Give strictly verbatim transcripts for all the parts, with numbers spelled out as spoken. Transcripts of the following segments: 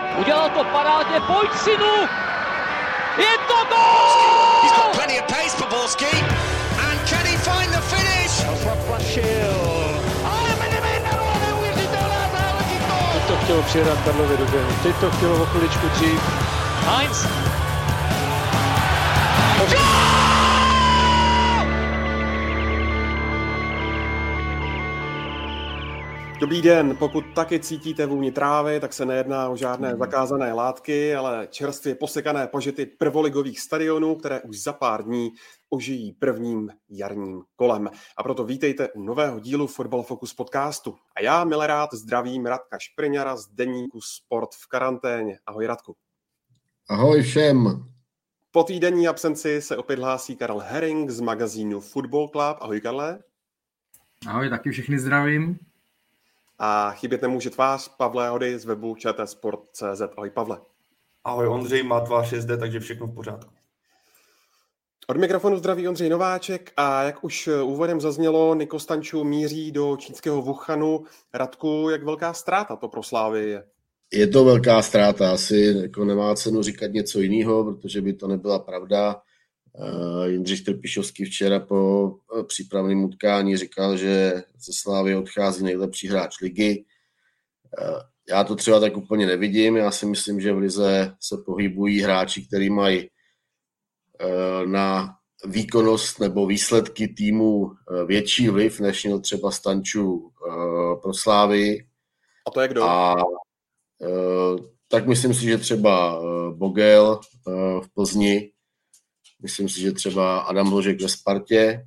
Udělal to parádně, pojď synu! Je to gól! He's got plenty of pace for Borski. And can he find the finish? Ale Benevenero, neuvěřitelná záležitost! Teď to chtělo přijedat Karlově do běhu, teď to chtělo o chviličku dřív. Heinz! Dobrý den, pokud taky cítíte vůni trávy, tak se nejedná o žádné zakázané látky, ale čerstvě posekané pažety prvoligových stadionů, které už za pár dní ožijí prvním jarním kolem. A proto vítejte u nového dílu Fotbal Focus podcastu. A já, milé rád, zdravím Radka Špriňara z deníku Sport v karanténě. Ahoj Radku. Ahoj všem. Po týdenní absenci se opět hlásí Karel Herring z magazínu Football Club. Ahoj Karle. Ahoj, taky všechny zdravím. A chybět nemůže tvář Pavle Hody z webu čtsport tečka cé zet. Ahoj Pavle. Ahoj Ondřej, má tvář šest dé, takže všechno v pořádku. Od mikrofonu zdraví Ondřej Nováček a jak už úvodem zaznělo, Niko Stanču míří do čínského Wuhanu. Radku, jak velká ztráta to pro Slávy je? Je to velká ztráta, asi jako nemá cenu říkat něco jiného, protože by to nebyla pravda. Uh, Jindřich Trpišovský včera po přípravném utkání říkal, že ze Slávy odchází nejlepší hráč ligy. Uh, já to třeba tak úplně nevidím, já si myslím, že v lize se pohybují hráči, kteří mají uh, na výkonnost nebo výsledky týmu větší vliv, než měl třeba Stanču uh, pro Slávy. A to je kdo? A uh, tak myslím si, že třeba uh, Bogel uh, v Plzni, myslím si, že třeba Adam Hložek ve Spartě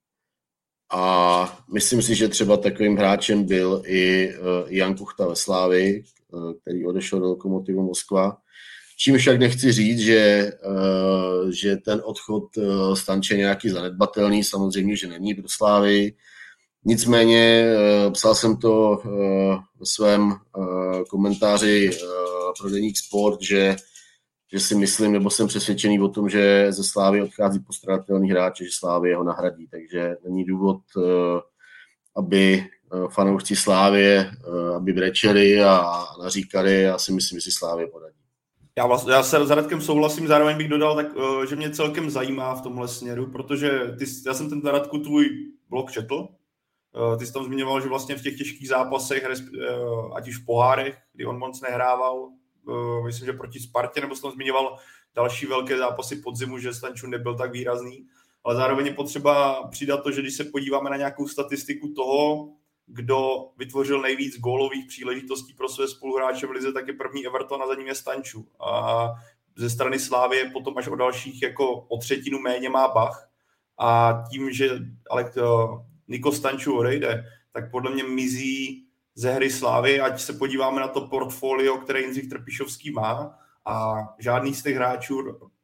a myslím si, že třeba takovým hráčem byl i Jan Kuchta ve Slávii, který odešel do Lokomotivu Moskva. Čím však nechci říct, že, že ten odchod Stanče nějaký zanedbatelný, samozřejmě, že není pro Slávii. Nicméně psal jsem to ve svém komentáři pro deník Sport, že že si myslím, nebo jsem přesvědčený o tom, že ze Slávy odchází postradatelný hráč, že Slávy ho nahradí. Takže není důvod, aby fanoušci Slávy, aby brečeli a naříkali. Já si myslím, že si Slávy poradí. Já, vlastně, já se s Radkem souhlasím, zároveň bych dodal, tak, že mě celkem zajímá v tomhle směru, protože ty, já jsem ten Radku tvůj blog četl. Ty jsi tam zmiňoval, že vlastně v těch těžkých zápasech, ať už v pohárech, kdy on moc nehrával, myslím, že proti Spartě, nebo jsem zmiňoval další velké zápasy podzimu, že Stanču nebyl tak výrazný, ale zároveň je potřeba přidat to, že když se podíváme na nějakou statistiku toho, kdo vytvořil nejvíc gólových příležitostí pro své spoluhráče v lize, tak je první Everton a za ním je Stanču. A ze strany Slávy je potom až o dalších jako o třetinu méně má Bach. A tím, že ale Niko Stanču odejde, tak podle mě mizí ze hry Slávy, ať se podíváme na to portfolio, které Jindřich Trpišovský má, a žádný z těch hráčů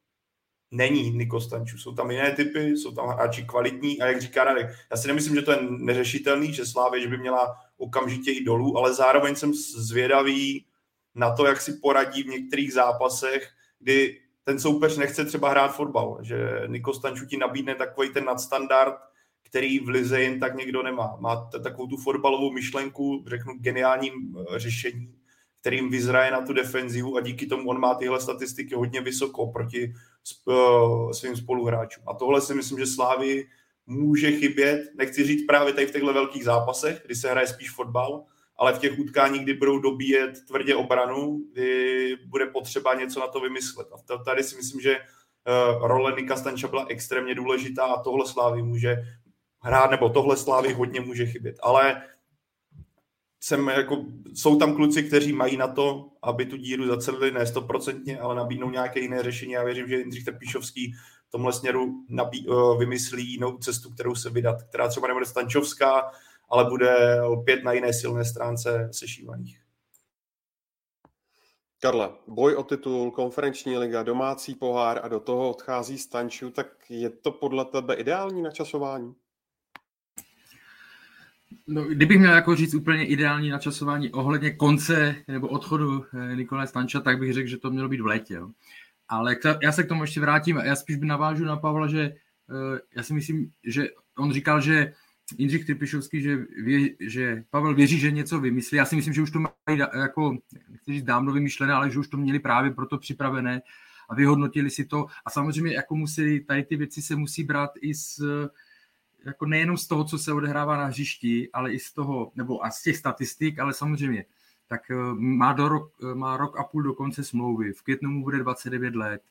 není Niko Stanču. Jsou tam jiné typy, jsou tam hráči kvalitní a jak říká Radek, já si nemyslím, že to je neřešitelný, že Slávy, že by měla okamžitě jít dolů, ale zároveň jsem zvědavý na to, jak si poradí v některých zápasech, kdy ten soupeř nechce třeba hrát fotbal, že Niko Stanču ti nabídne takový ten nadstandard, který v lize jen tak někdo nemá. Má takovou tu fotbalovou myšlenku, řeknu geniálním řešení, kterým vyzraje na tu defenzivu a díky tomu on má tyhle statistiky hodně vysoko proti svým spoluhráčům. A tohle si myslím, že Slávii může chybět, nechci říct právě tady v těchto velkých zápasech, kdy se hraje spíš fotbal, ale v těch utkáních, kdy budou dobíjet tvrdě obranu, kdy bude potřeba něco na to vymyslet. A tady si myslím, že role Nika Stanča byla extrémně důležitá a tohle Slávii může hrát, nebo tohle Slávy hodně může chybět. Ale jsem jako, jsou tam kluci, kteří mají na to, aby tu díru zacelili, ne stoprocentně, ale nabídnou nějaké jiné řešení. Já věřím, že Jindřich Trpišovský v tomhle směru nabí, vymyslí jinou cestu, kterou se vydat, která třeba nebude stančovská, ale bude opět na jiné silné stránce sešívaných. Karle, boj o titul, konferenční liga, domácí pohár a do toho odchází Stanču, tak je to podle tebe ideální načasování? No, kdybych měl jako říct úplně ideální načasování ohledně konce nebo odchodu Nikolaje Stanča, tak bych řekl, že to mělo být v létě. Jo. Ale já se k tomu ještě vrátím. Já spíš navážu na Pavla, že já si myslím, že on říkal, že Jindřich Trpišovský, že, vě, že Pavel věří, že něco vymyslí. Já si myslím, že už to mají jako, nechci říct dávno vymyšlené, ale že už to měli právě proto připravené a vyhodnotili si to. A samozřejmě jako musí, tady ty věci se musí brát i z, jako nejenom z toho, co se odehrává na hřišti, ale i z toho, nebo a z těch statistik, ale samozřejmě. Tak má, do rok, má rok a půl do konce smlouvy. V květnu mu bude dvacet devět let.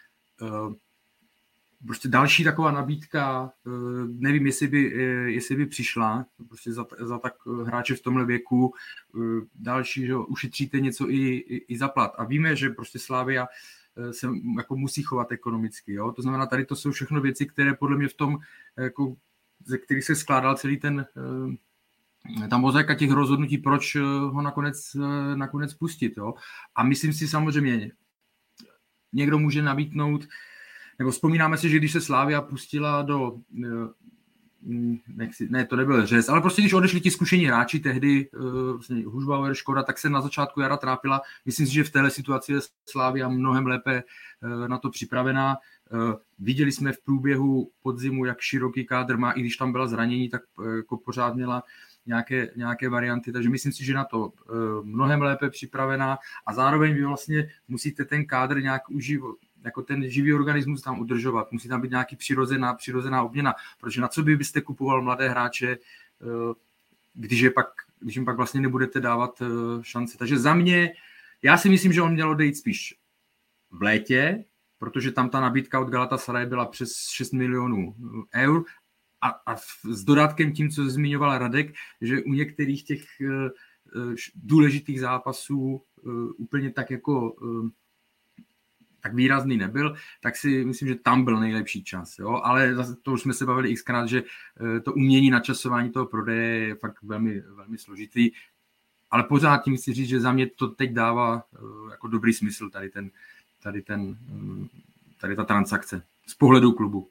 Prostě další taková nabídka, nevím, jestli by, jestli by přišla, prostě za, za tak hráče v tomhle věku, další, že ušetříte něco i, i, i za plat. A víme, že prostě Slavia se jako musí chovat ekonomicky. Jo? To znamená, tady to jsou všechno věci, které podle mě v tom, jako, ze kterých se skládal celý ten, ta mozaika těch rozhodnutí, proč ho nakonec, nakonec pustit. Jo? A myslím si samozřejmě, někdo může nabídnout, nebo vzpomínáme si, že když se Slavia pustila do, nechci, ne, to nebyl řez, ale prostě když odešli ti zkušení hráči tehdy, vlastně Hušbauer, Škoda, tak se na začátku jara trápila. Myslím si, že v téhle situaci je Slavia mnohem lépe na to připravená. Viděli jsme v průběhu podzimu, jak široký kádr má, i když tam byla zranění, tak jako pořád měla nějaké, nějaké varianty, takže myslím si, že na to mnohem lépe připravená a zároveň vy vlastně musíte ten kádr nějak uživot, jako ten živý organismus tam udržovat. Musí tam být nějaký přirozená, přirozená obměna. Protože na co by byste kupoval mladé hráče, když, je pak, když jim pak vlastně nebudete dávat šance. Takže za mě, já si myslím, že on měl odejít spíš v létě, protože tam ta nabídka od Galatasaray byla přes šest milionů eur a, a s dodatkem tím, co zmiňoval Radek, že u některých těch důležitých zápasů úplně tak jako tak výrazný nebyl, tak si myslím, že tam byl nejlepší čas. Jo? Ale zase to už jsme se bavili xkrát, že to umění načasování toho prodeje je fakt velmi, velmi složitý. Ale pořád tím chci říct, že za mě to teď dává jako dobrý smysl tady, ten, tady, ten, tady ta transakce z pohledu klubu.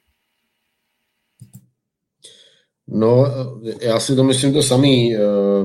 No, já si to myslím to samý.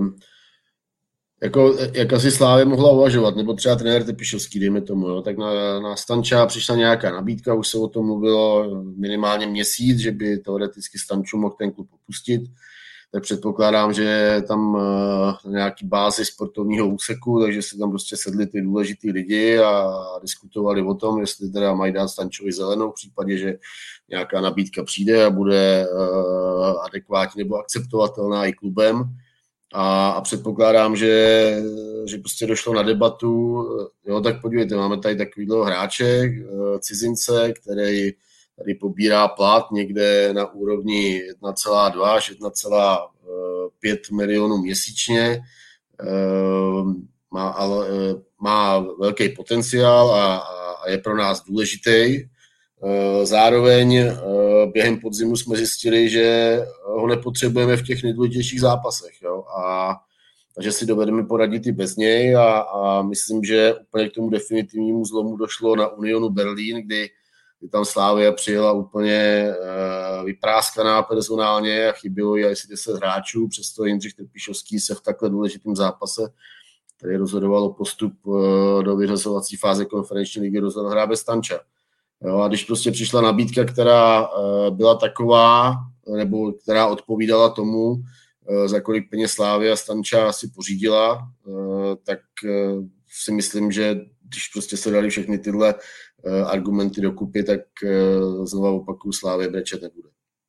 Jako, jak asi Slávě mohla uvažovat, nebo třeba trenér Trpišovský, dejme tomu, jo, tak na, na Stanča přišla nějaká nabídka, už se o tom mluvilo minimálně měsíc, že by teoreticky Stanču mohl ten klub opustit, tak předpokládám, že tam uh, nějaký bázi sportovního úseku, takže se tam prostě sedli ty důležitý lidi a diskutovali o tom, jestli teda mají dát Stančovi zelenou v případě, že nějaká nabídka přijde a bude uh, adekvátní nebo akceptovatelná i klubem. A, a předpokládám, že, že prostě došlo na debatu, jo, tak podívejte, máme tady takovýhle hráče, cizince, který tady pobírá plat někde na úrovni jedna celá dva až jedna celá pět milionů měsíčně, má, ale, má velký potenciál a, a je pro nás důležitý. Zároveň během podzimu jsme zjistili, že ho nepotřebujeme v těch nejdůležitějších zápasech. Jo? A, a že si dovedeme poradit i bez něj a, a myslím, že úplně k tomu definitivnímu zlomu došlo na Unionu Berlín, kdy, kdy tam Slavia přijela úplně uh, vypráskaná personálně a chybilo jí asi deset hráčů, přesto Jindřich Trpišovský se v takhle důležitým zápase, který rozhodoval o postup uh, do vyřazovací fáze konferenční ligy, rozhodl hrát bez Stanča. Jo, a když prostě přišla nabídka, která uh, byla taková, nebo která odpovídala tomu, uh, za kolik peněz Slavia Stanča si pořídila, uh, tak uh, si myslím, že když prostě se dali všechny tyhle uh, argumenty dokupy, tak uh, znova opakuju, Slavia brečet nebude.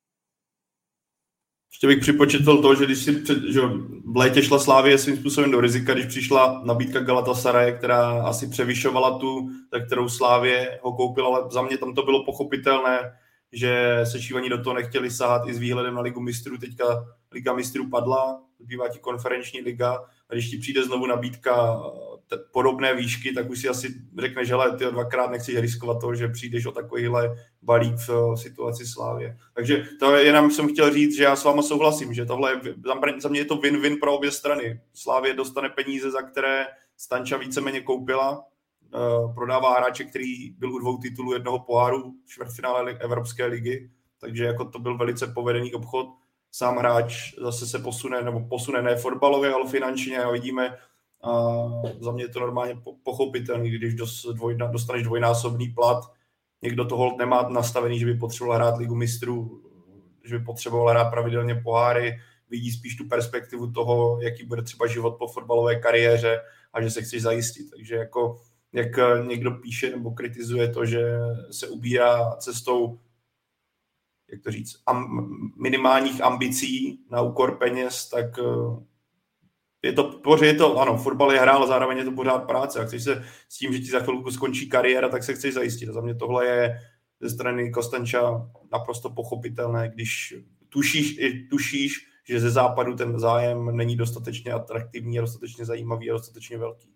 Ještě bych připočetl to, že když si před, že v létě šla Slavie svým způsobem do rizika, když přišla nabídka Galatasaray, která asi převyšovala tu, za kterou Slavie ho koupila, ale za mě tam to bylo pochopitelné, že Sešívaní do toho nechtěli sahat i s výhledem na Ligu mistrů. Teďka Liga mistrů padla, zbývá ti konferenční liga a když ti přijde znovu nabídka podobné výšky, tak už si asi řekneš, že ty dvakrát nechceš riskovat to, že přijdeš o takovýhle balík v situaci Slávie. Takže to jenom jsem chtěl říct, že já s váma souhlasím, že tohle je, za mě je to win-win pro obě strany. Slávie dostane peníze, za které Stanča víceméně koupila, prodává hráče, který byl u dvou titulů jednoho poháru v čtvrtfinále Evropské ligy, takže jako to byl velice povedený obchod. Sám hráč zase se posune, nebo posune ne fotbalově, ale finančně a vidíme, a za mě je to normálně pochopitelný, když dostaneš dvojnásobný plat, někdo toho nemá nastavený, že by potřeboval hrát Ligu mistrů, že by potřeboval hrát pravidelně poháry, vidí spíš tu perspektivu toho, jaký bude třeba život po fotbalové kariéře a že se chceš zajistit. Takže jako, jak někdo píše nebo kritizuje to, že se ubírá cestou, jak to říct, am, minimálních ambicí na úkor peněz, tak je to, pořád je to, ano, fotbal je hra, ale zároveň je to pořád práce. A chceš se s tím, že ti za chvilku skončí kariéra, tak se chceš zajistit. A za mě tohle je ze strany Kostanča naprosto pochopitelné, když tušíš, tušíš, že ze západu ten zájem není dostatečně atraktivní a dostatečně zajímavý a dostatečně velký.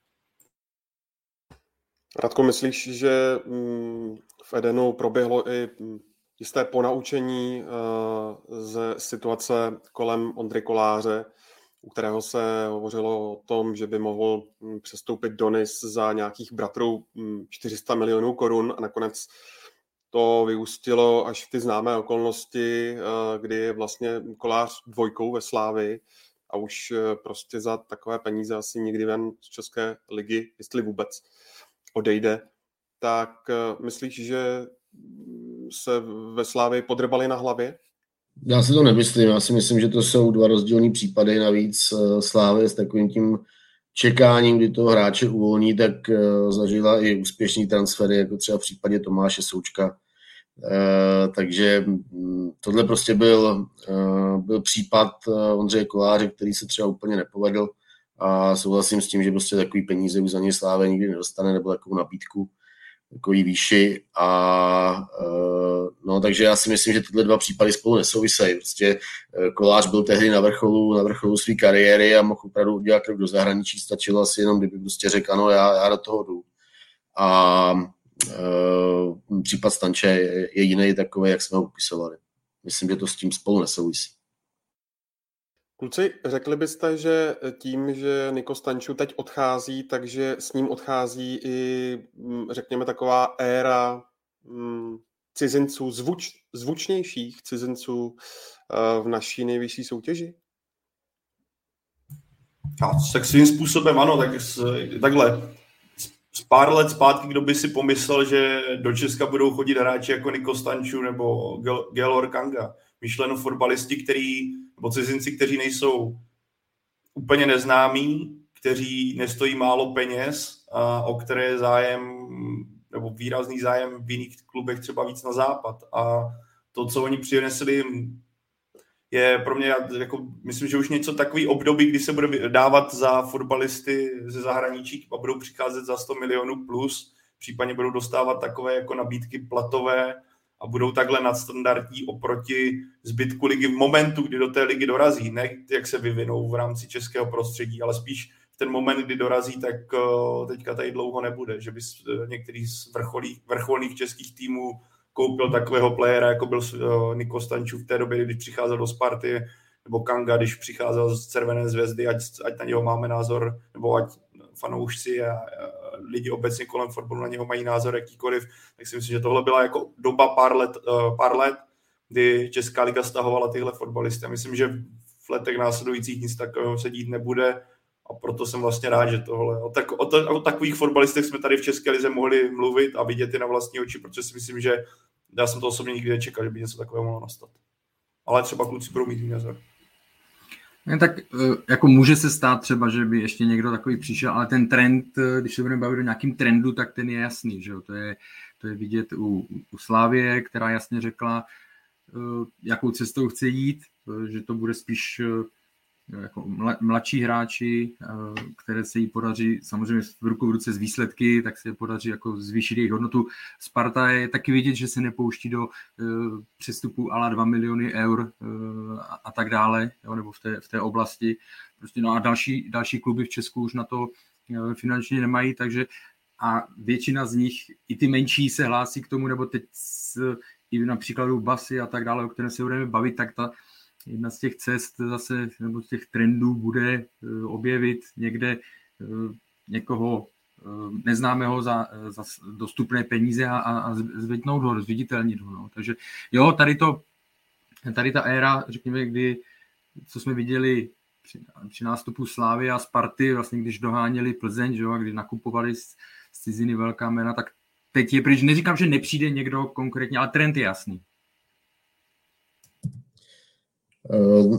Radko, myslíš, že v Edenu proběhlo i jisté ponaučení ze situace kolem Ondry Koláře, u kterého se hovořilo o tom, že by mohl přestoupit do Nice za nějakých bratrů čtyři sta milionů korun a nakonec to vyústilo až v ty známé okolnosti, kdy je vlastně Kolář dvojkou ve Slávii a už prostě za takové peníze asi nikdy ven z České ligy, jestli vůbec odejde. Tak myslíš, že se ve Slávii podrbali na hlavě? Já si to nemyslím. Já si myslím, že to jsou dva rozdílný případy. Navíc Slávie s takovým tím čekáním, kdy toho hráče uvolní, tak zažila i úspěšný transfery, jako třeba v případě Tomáše Součka. Takže tohle prostě byl, byl případ Ondřeje Koláře, který se třeba úplně nepovedl a souhlasím s tím, že prostě takový peníze už za ně Slávě nikdy nedostane nebo takovou nabídku takový výši a no, takže já si myslím, že tyhle dva případy spolu nesouvisejí. Prostě Kolář byl tehdy na vrcholu, na vrcholu své kariéry a mohl opravdu udělat krok do zahraničí, stačilo asi jenom, kdyby prostě řekl, ano, já, já do toho jdu. A uh, případ Stanče je, je jiný takový, jak jsme ho popisovali. Myslím, že to s tím spolu nesouvisí. Kluci, řekli byste, že tím, že Niko Stanču teď odchází, takže s ním odchází i, řekněme, taková éra cizinců, zvuč, zvučnějších cizinců v naší nejvyšší soutěži? Já, tak svým způsobem ano, tak takhle. Z pár let zpátky, kdo by si pomyslel, že do Česka budou chodit hráči jako Niko Stanču nebo Gelor Kanga. Myšleno fotbalisti, který, nebo cizinci, kteří nejsou úplně neznámí, kteří nestojí málo peněz a o které je zájem, nebo výrazný zájem v jiných klubech třeba víc na západ. A to, co oni přinesli, je pro mě, jako, myslím, že už něco takový období, kdy se bude dávat za fotbalisty ze zahraničí a budou přicházet za sto milionů plus, případně budou dostávat takové jako nabídky platové a budou takhle nadstandardní oproti zbytku ligy v momentu, kdy do té ligy dorazí. Ne jak se vyvinou v rámci českého prostředí, ale spíš v ten moment, kdy dorazí, tak teďka tady dlouho nebude. Že by některý z vrcholých, vrcholných českých týmů koupil takového playera, jako byl Niko Stanču v té době, když přicházel do Sparty, nebo Kanga, když přicházel z Červené Zvezdy, ať, ať na něho máme názor, nebo ať fanoušci a, a lidi obecně kolem fotbalu na něho mají názor jakýkoliv, tak si myslím, že tohle byla jako doba pár let, uh, pár let, kdy Česká liga stahovala tyhle fotbalisty. A myslím, že v letech následujících nic takového se dít nebude a proto jsem vlastně rád, že tohle. O, tak, o, to, o takových fotbalistech jsme tady v České lize mohli mluvit a vidět je na vlastní oči, protože si myslím, že já jsem to osobně nikdy nečekal, že by něco takového mohlo nastat. Ale třeba kluci budou mít názor. Ne, tak jako může se stát třeba, že by ještě někdo takový přišel, ale ten trend, když se budeme bavit o nějakým trendu, tak ten je jasný, že jo? To je, to je vidět u, u Slavie, která jasně řekla, jakou cestou chce jít, že to bude spíš jako mladší hráči, které se jí podaří samozřejmě v ruku v ruce z výsledky, tak se jí podaří jako zvýšit jejich hodnotu. Sparta je taky vidět, že se nepouští do přestupu ala dva miliony eur a, a tak dále, jo, nebo v té, v té oblasti. Prostě, no a další, další kluby v Česku už na to finančně nemají, takže a většina z nich, i ty menší se hlásí k tomu, nebo teď i například Basy a tak dále, o kterém se budeme bavit, tak ta jedna z těch cest zase, nebo z těch trendů bude objevit někde někoho neznámého za, za dostupné peníze a, a zvednout ho, zviditelnit ho. No. Takže jo, tady, to, tady ta éra, řekněme, kdy, co jsme viděli při, při nástupu Slávy a Sparty, vlastně když doháněli Plzeň, že jo, a když nakupovali z, z ciziny velká jména, tak teď je pryč. Neříkám, že nepřijde někdo konkrétně, ale trend je jasný.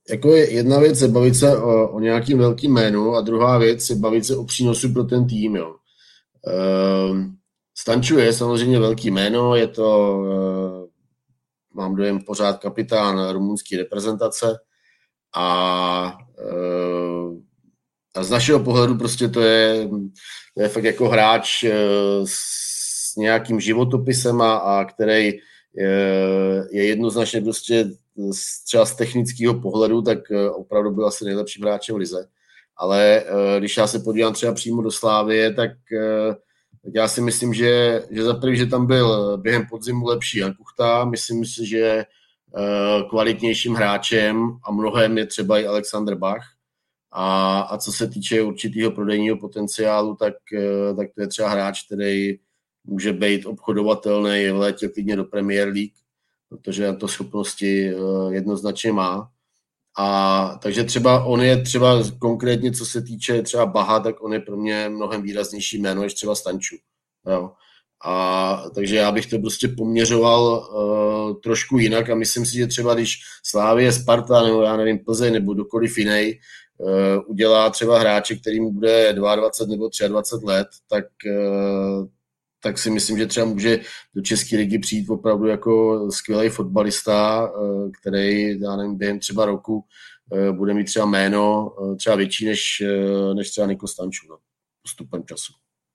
jako je jedna věc je bavit se o, o nějakým velkým jménu a druhá věc je bavit se o přínosu pro ten tým. Jo. Uh, Stanču je samozřejmě velký jméno, je to, uh, mám dojem, pořád kapitán rumunské reprezentace a, uh, a z našeho pohledu prostě to je, to je fakt jako hráč uh, s nějakým životopisem a, a který je, je jednoznačně prostě třeba z technického pohledu, tak opravdu byl asi nejlepším hráčem v lize. Ale když já se podívám třeba přímo do Slávie, tak, tak já si myslím, že, že za prvý, že tam byl během podzimu lepší Jan Kuchta, myslím si, že kvalitnějším hráčem a mnohem je třeba i Alexander Bach. A, a co se týče určitého prodejního potenciálu, tak, tak to je třeba hráč, který může být obchodovatelný v létě klidně do Premier League, protože na to schopnosti jednoznačně má. A takže třeba on je třeba konkrétně, co se týče třeba Baha, tak on je pro mě mnohem výraznější jméno než třeba Stanču. Jo. A takže já bych to prostě poměřoval uh, trošku jinak a myslím si, že třeba když Slavie, Sparta nebo já nevím, Plzeň nebo kdokoliv jiný uh, udělá třeba hráče, kterým bude dvacet dva nebo dvacet tři let, tak uh, tak si myslím, že třeba může do České ligy přijít opravdu jako skvělý fotbalista, který, já nevím, během třeba roku bude mít třeba jméno třeba větší než, než třeba Niko Stanču, no, postupem času.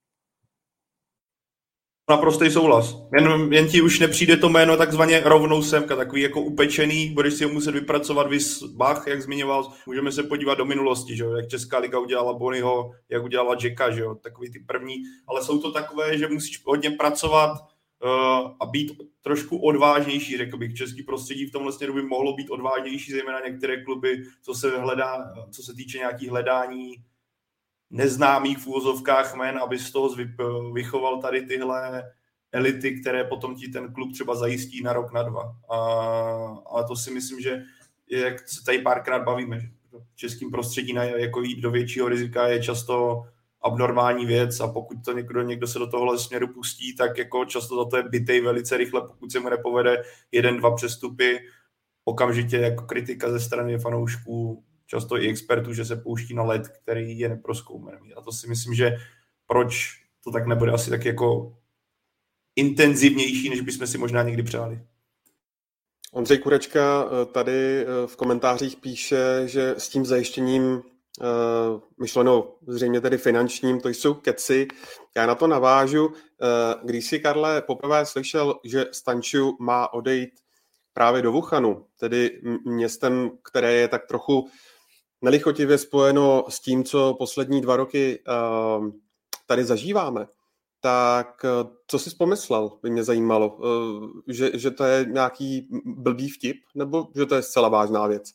Naprostý souhlas. Jen, jen ti už nepřijde to jméno takzvaně rovnou semka, takový jako upečený, budeš si ho muset vypracovat vys Bach, jak zmiňoval, můžeme se podívat do minulosti, že jo, jak Česká liga udělala Bonyho, jak udělala Jacka, že jo, takový ty první, ale jsou to takové, že musíš hodně pracovat uh, a být trošku odvážnější, řekl bych. Český prostředí v tomhle směru by mohlo být odvážnější, zejména některé kluby, co se hledá, co se týče nějakých hledání neznámých v úvozovkách jmen, aby z toho vychoval tady tyhle elity, které potom ti ten klub třeba zajistí na rok, na dva. A, ale to si myslím, že jak se tady párkrát bavíme, že v českém prostředí na, jako jít do většího rizika je často abnormální věc a pokud to někdo, někdo se do tohohle směru pustí, tak jako často za to je bitej velice rychle, pokud se mu nepovede jeden, dva přestupy, okamžitě jako kritika ze strany fanoušků, často i expertů, že se pouští na led, který je neprozkoumaný. A to si myslím, že proč to tak nebude asi tak jako intenzivnější, než bychom si možná někdy přáli. Ondřej Kurečka tady v komentářích píše, že s tím zajištěním myšleno zřejmě tedy finančním, to jsou keci. Já na to navážu. Když si, Karle, poprvé slyšel, že Stanču má odejít právě do Wuhanu, tedy městem, které je tak trochu nelichotivě spojeno s tím, co poslední dva roky uh, tady zažíváme, tak uh, co jsi pomyslel, by mě zajímalo, uh, že, že to je nějaký blbý vtip, nebo že to je zcela vážná věc?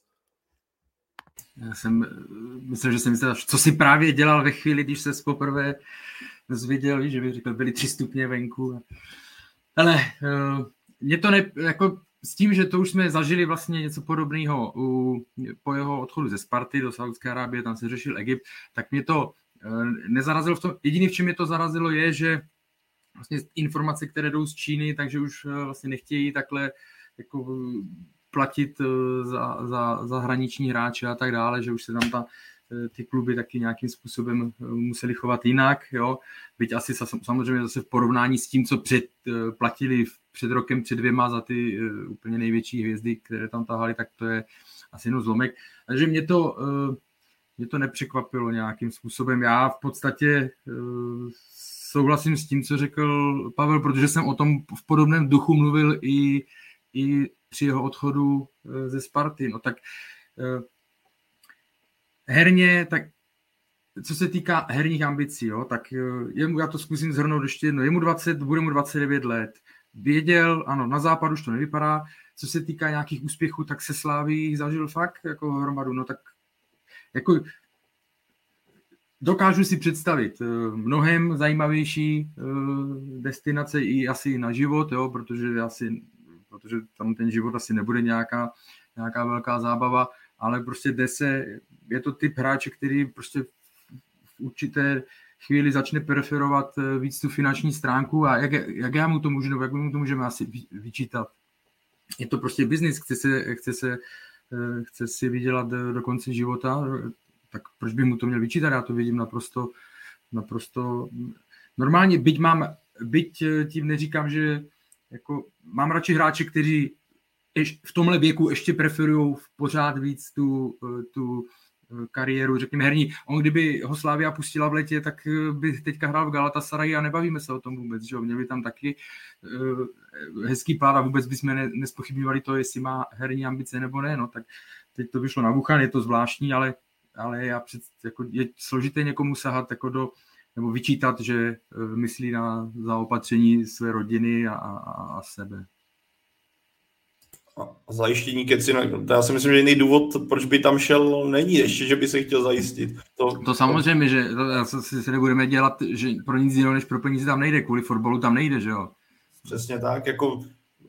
Já jsem myslel, že jsem myslel, co jsi právě dělal ve chvíli, když se poprvé dozvěděl, že bych řekl, byly tři stupně venku. Ale uh, mě to ne, jako s tím, že to už jsme zažili vlastně něco podobného u, po jeho odchodu ze Sparty do Saúdské Arábie, tam se řešil Egypt, tak mě to nezarazilo v tom. Jediný, v čem mě to zarazilo, je, že vlastně informace, které jdou z Číny, takže už vlastně nechtějí takhle jako platit za, za, za hraniční hráče a tak dále, že už se tam ta, ty kluby taky nějakým způsobem museli chovat jinak, jo. Byť asi samozřejmě zase v porovnání s tím, co před, platili před rokem, před dvěma za ty uh, úplně největší hvězdy, které tam tahali, tak to je asi jenom zlomek. Takže mě to, uh, mě to nepřekvapilo nějakým způsobem. Já v podstatě uh, souhlasím s tím, co řekl Pavel, protože jsem o tom v podobném duchu mluvil i, i při jeho odchodu uh, ze Sparty. No tak uh, herně, tak co se týká herních ambicí, jo, tak jemu, já to zkusím zhrnout ještě jedno, je mu dvacet, bude mu dvacet devět let. Věděl, ano, na západu už to nevypadá, co se týká nějakých úspěchů, tak se Slaví zažil fakt jako hromadu, no tak jako dokážu si představit mnohem zajímavější destinace i asi na život, jo, protože asi, protože tam ten život asi nebude nějaká, nějaká velká zábava, ale prostě jde se, je to typ hráče, který prostě v určité chvíli začne preferovat víc tu finanční stránku a jak, jak já mu to můžu, nebo jak mu to můžeme asi vyčítat. Je to prostě biznis, chce se, chce se chce si vydělat do konce života, tak proč bych mu to měl vyčítat? Já to vidím naprosto, naprosto normálně, byť mám, byť tím neříkám, že jako mám radši hráče, kteří v tomhle věku ještě preferují pořád víc tu, tu kariéru, řekněme herní. On kdyby ho Slavia pustila v létě, tak by teďka hrál v Galatasarayi a nebavíme se o tom vůbec, že jo. Měli tam taky uh, hezký plán a vůbec bychom ne, nespochybňovali to, jestli má herní ambice nebo ne, no tak teď to vyšlo na Wuhan, je to zvláštní, ale, ale já před, jako, je složité někomu sahat jako do, nebo vyčítat, že uh, myslí na zaopatření své rodiny a, a, a sebe. A zajištění Kecina, já si myslím, že jiný důvod, proč by tam šel, není ještě, že by se chtěl zajistit. To, to samozřejmě, že to, si se nebudeme dělat, že pro nic jiného než pro peníze tam nejde, kvůli fotbalu tam nejde, že jo? Přesně tak, jako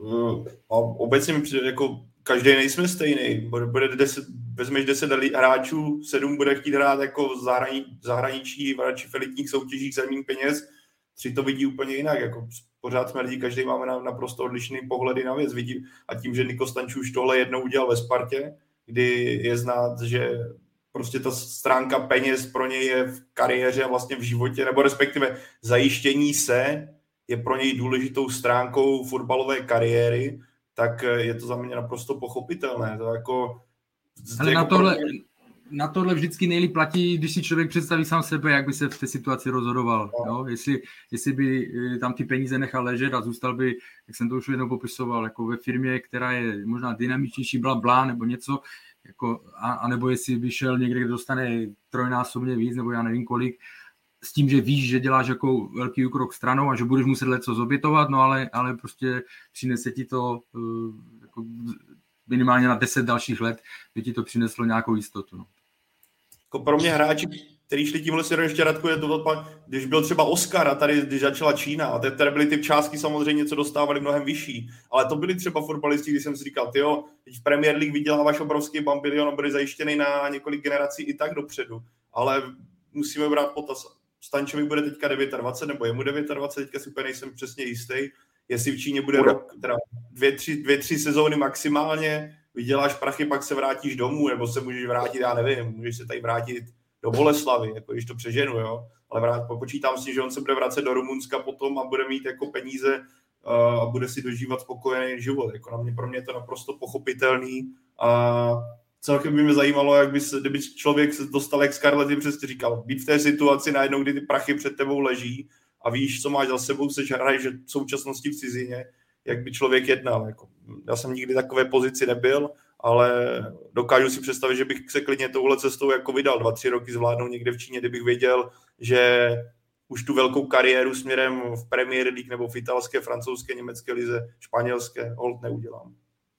a obecně mi přijde, jako každý nejsme stejný, bude, bude deset, vezmeš deset hráčů, sedm bude chtít hrát jako v zahrani, zahraničí, v radši v elitních soutěžích za méně peněz, tři to vidí úplně jinak, jako pořád jsme lidi, každý máme na, naprosto odlišný pohledy na věc. Vidí, a tím, že Niko Stančů už tohle jednou udělal ve Spartě, kdy je znát, že prostě ta stránka peněz pro něj je v kariéře a vlastně v životě, nebo respektive zajištění se je pro něj důležitou stránkou fotbalové kariéry, tak je to za mě naprosto pochopitelné. To jako, ale jako na tohle... Pro... Na tohle vždycky nejlíp platí, když si člověk představí sám sebe, jak by se v té situaci rozhodoval. Jo? Jestli, jestli by tam ty peníze nechal ležet a zůstal by, jak jsem to už jednou popisoval, jako ve firmě, která je možná dynamičnější, bla, bla, nebo něco, jako, a, a nebo jestli by šel někde, kde dostane trojnásobně víc, nebo já nevím kolik, s tím, že víš, že děláš jako velký krok stranou a že budeš muset leco zobětovat, no ale, ale prostě přinese ti to uh, jako minimálně na deset dalších let, by ti to přineslo nějakou jistotu. No. Jako pro mě hráči, kteří šli tímhle směrem, ještě Radku, je to, když byl třeba Oscar a tady, když začala Čína, a tady byly ty částky samozřejmě, co dostávali mnohem vyšší, ale to byli třeba fotbalisti, když jsem si říkal, tyjo, teď v Premier League vyděláváš obrovský bambilion a byli zajištěný na několik generací i tak dopředu, ale musíme brát potaz. Stančovi bude teďka dvacet devět, nebo je mu dvacet devět, teďka si úplně nejsem přesně jistý, jestli v Číně bude rok, teda dvě, tři, dvě, tři sezóny maximálně, vyděláš prachy, pak se vrátíš domů, nebo se můžeš vrátit, já nevím, můžeš se tady vrátit do Boleslavy, jako když to přeženu, jo, ale vrát, počítám si, že on se bude vracet do Rumunska potom a bude mít jako peníze uh, a bude si dožívat spokojený život, jako na mě, pro mě je to naprosto pochopitelný a celkem by mě zajímalo, jak by se, kdyby člověk se dostal, jak Scarlett přesně říkal, být v té situaci najednou, kdy ty prachy před tebou leží a víš, co máš za sebou, seš hraješ v současnosti v cizině, jak by člověk jednal. Jako, já jsem nikdy takové pozici nebyl, ale dokážu si představit, že bych se klidně touhle cestou jako vydal dva, tři roky zvládnout někde v Číně, kdybych věděl, že už tu velkou kariéru směrem v Premier League nebo v italské, francouzské, německé lize, španělské, hold neudělám.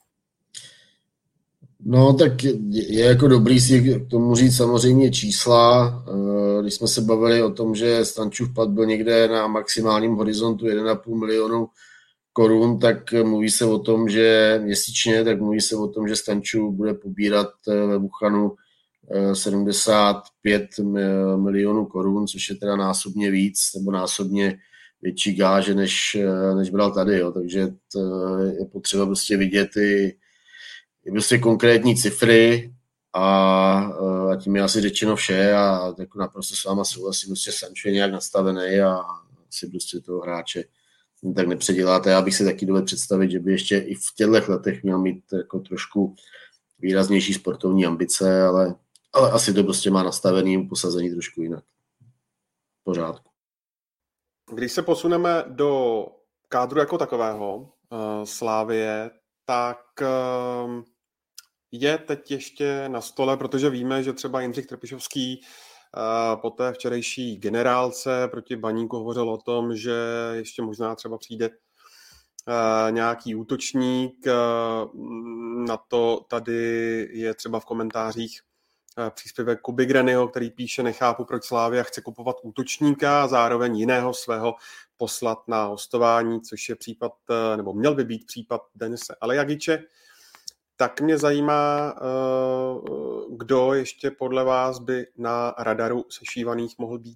No, tak je, je jako dobrý si k tomu říct samozřejmě čísla. Když jsme se bavili o tom, že Stančův plat byl někde na maximálním horizontu jeden a půl milionu korun, tak mluví se o tom, že měsíčně, tak mluví se o tom, že Stančův bude pobírat ve Wuhanu sedmdesát pět milionů korun, což je teda násobně víc, nebo násobně větší gáže, než, než bral tady. Jo. Takže je potřeba prostě vidět ty je prostě konkrétní cifry a, a tím je asi řečeno vše a jako naprosto s váma souhlasím, prostě Sancho je nějak nastavený a si prostě toho hráče tak nepředěláte. Já bych si taky dovedl představit, že by ještě i v těchto letech měl mít jako trošku výraznější sportovní ambice, ale, ale asi to prostě má nastavený posazení trošku jinak. V pořádku. Když se posuneme do kádru jako takového uh, Slavie, tak uh, je teď ještě na stole, protože víme, že třeba Jindřich Trpišovský uh, po té včerejší generálce proti Baníku hovořil o tom, že ještě možná třeba přijde uh, nějaký útočník. Uh, na to tady je třeba v komentářích uh, příspěvek Kuby Granyho, který píše: nechápu, proč Slavia chce kupovat útočníka a zároveň jiného svého poslat na hostování, což je případ, uh, nebo měl by být případ Denise Aliagiče. Tak mě zajímá, kdo ještě podle vás by na radaru sešívaných mohl být?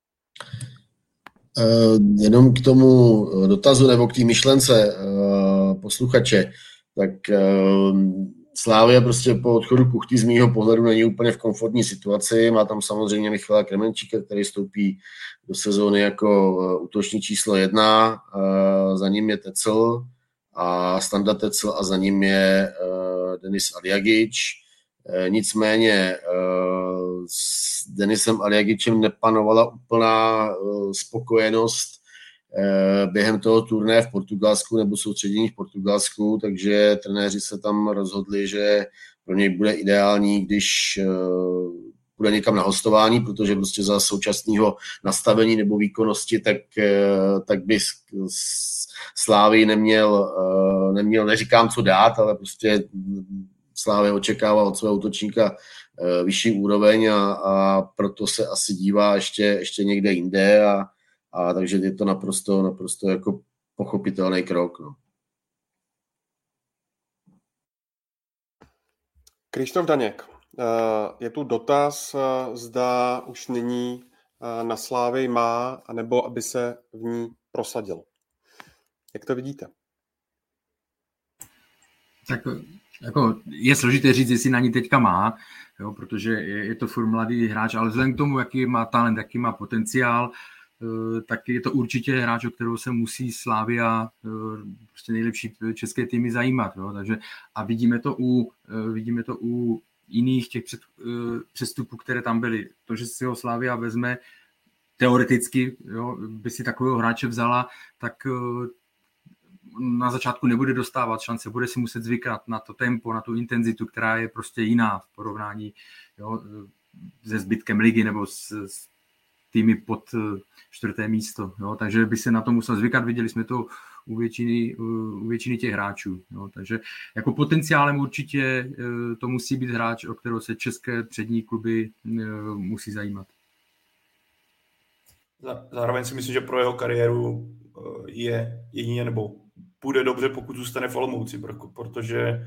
Jenom k tomu dotazu nebo k té myšlence posluchače, tak Slávia prostě po odchodu Kuchty z mýho pohledu není úplně v komfortní situaci. Má tam samozřejmě Michala Kremenčíka, který stoupí do sezóny jako útočník číslo jedna. Za ním je Tecl a Standa Tecl a za ním je Denis Aliagič. Nicméně s Denisem Aliagičem nepanovala úplná spokojenost během toho turné v Portugalsku nebo soustředění v Portugalsku, takže trenéři se tam rozhodli, že pro něj bude ideální, když bude někam na hostování, protože prostě za současného nastavení nebo výkonnosti, tak, tak by Slávy neměl, neměl, neříkám co dát, ale prostě Slávy očekával od svého útočníka vyšší úroveň a, a proto se asi dívá ještě, ještě někde jinde a A takže je to naprosto, naprosto jako pochopitelný krok. No. Krištof Daněk, je tu dotaz, zda už nyní na Slávii má, anebo aby se v ní prosadil. Jak to vidíte? Tak jako je složité říct, jestli na ní teďka má, jo, protože je, je to furt mladý hráč, ale vzhledem k tomu, jaký má talent, jaký má potenciál, tak je to určitě hráč, o kterého se musí Slavia, prostě nejlepší české týmy zajímat. Jo? Takže, a vidíme to u, vidíme to u jiných těch před, přestupů, které tam byly. To, že si ho Slavia vezme teoreticky, jo, by si takového hráče vzala, tak na začátku nebude dostávat šance, bude si muset zvykat na to tempo, na tu intenzitu, která je prostě jiná v porovnání, jo, se zbytkem ligy nebo s, s týmy pod čtvrté místo. Jo. Takže by se na to musel zvykat, viděli jsme to u většiny, u většiny těch hráčů. Jo. Takže jako potenciálem určitě to musí být hráč, o kterého se české přední kluby musí zajímat. Zároveň si myslím, že pro jeho kariéru je jedině nebo půjde dobře, pokud zůstane v Olomouci, protože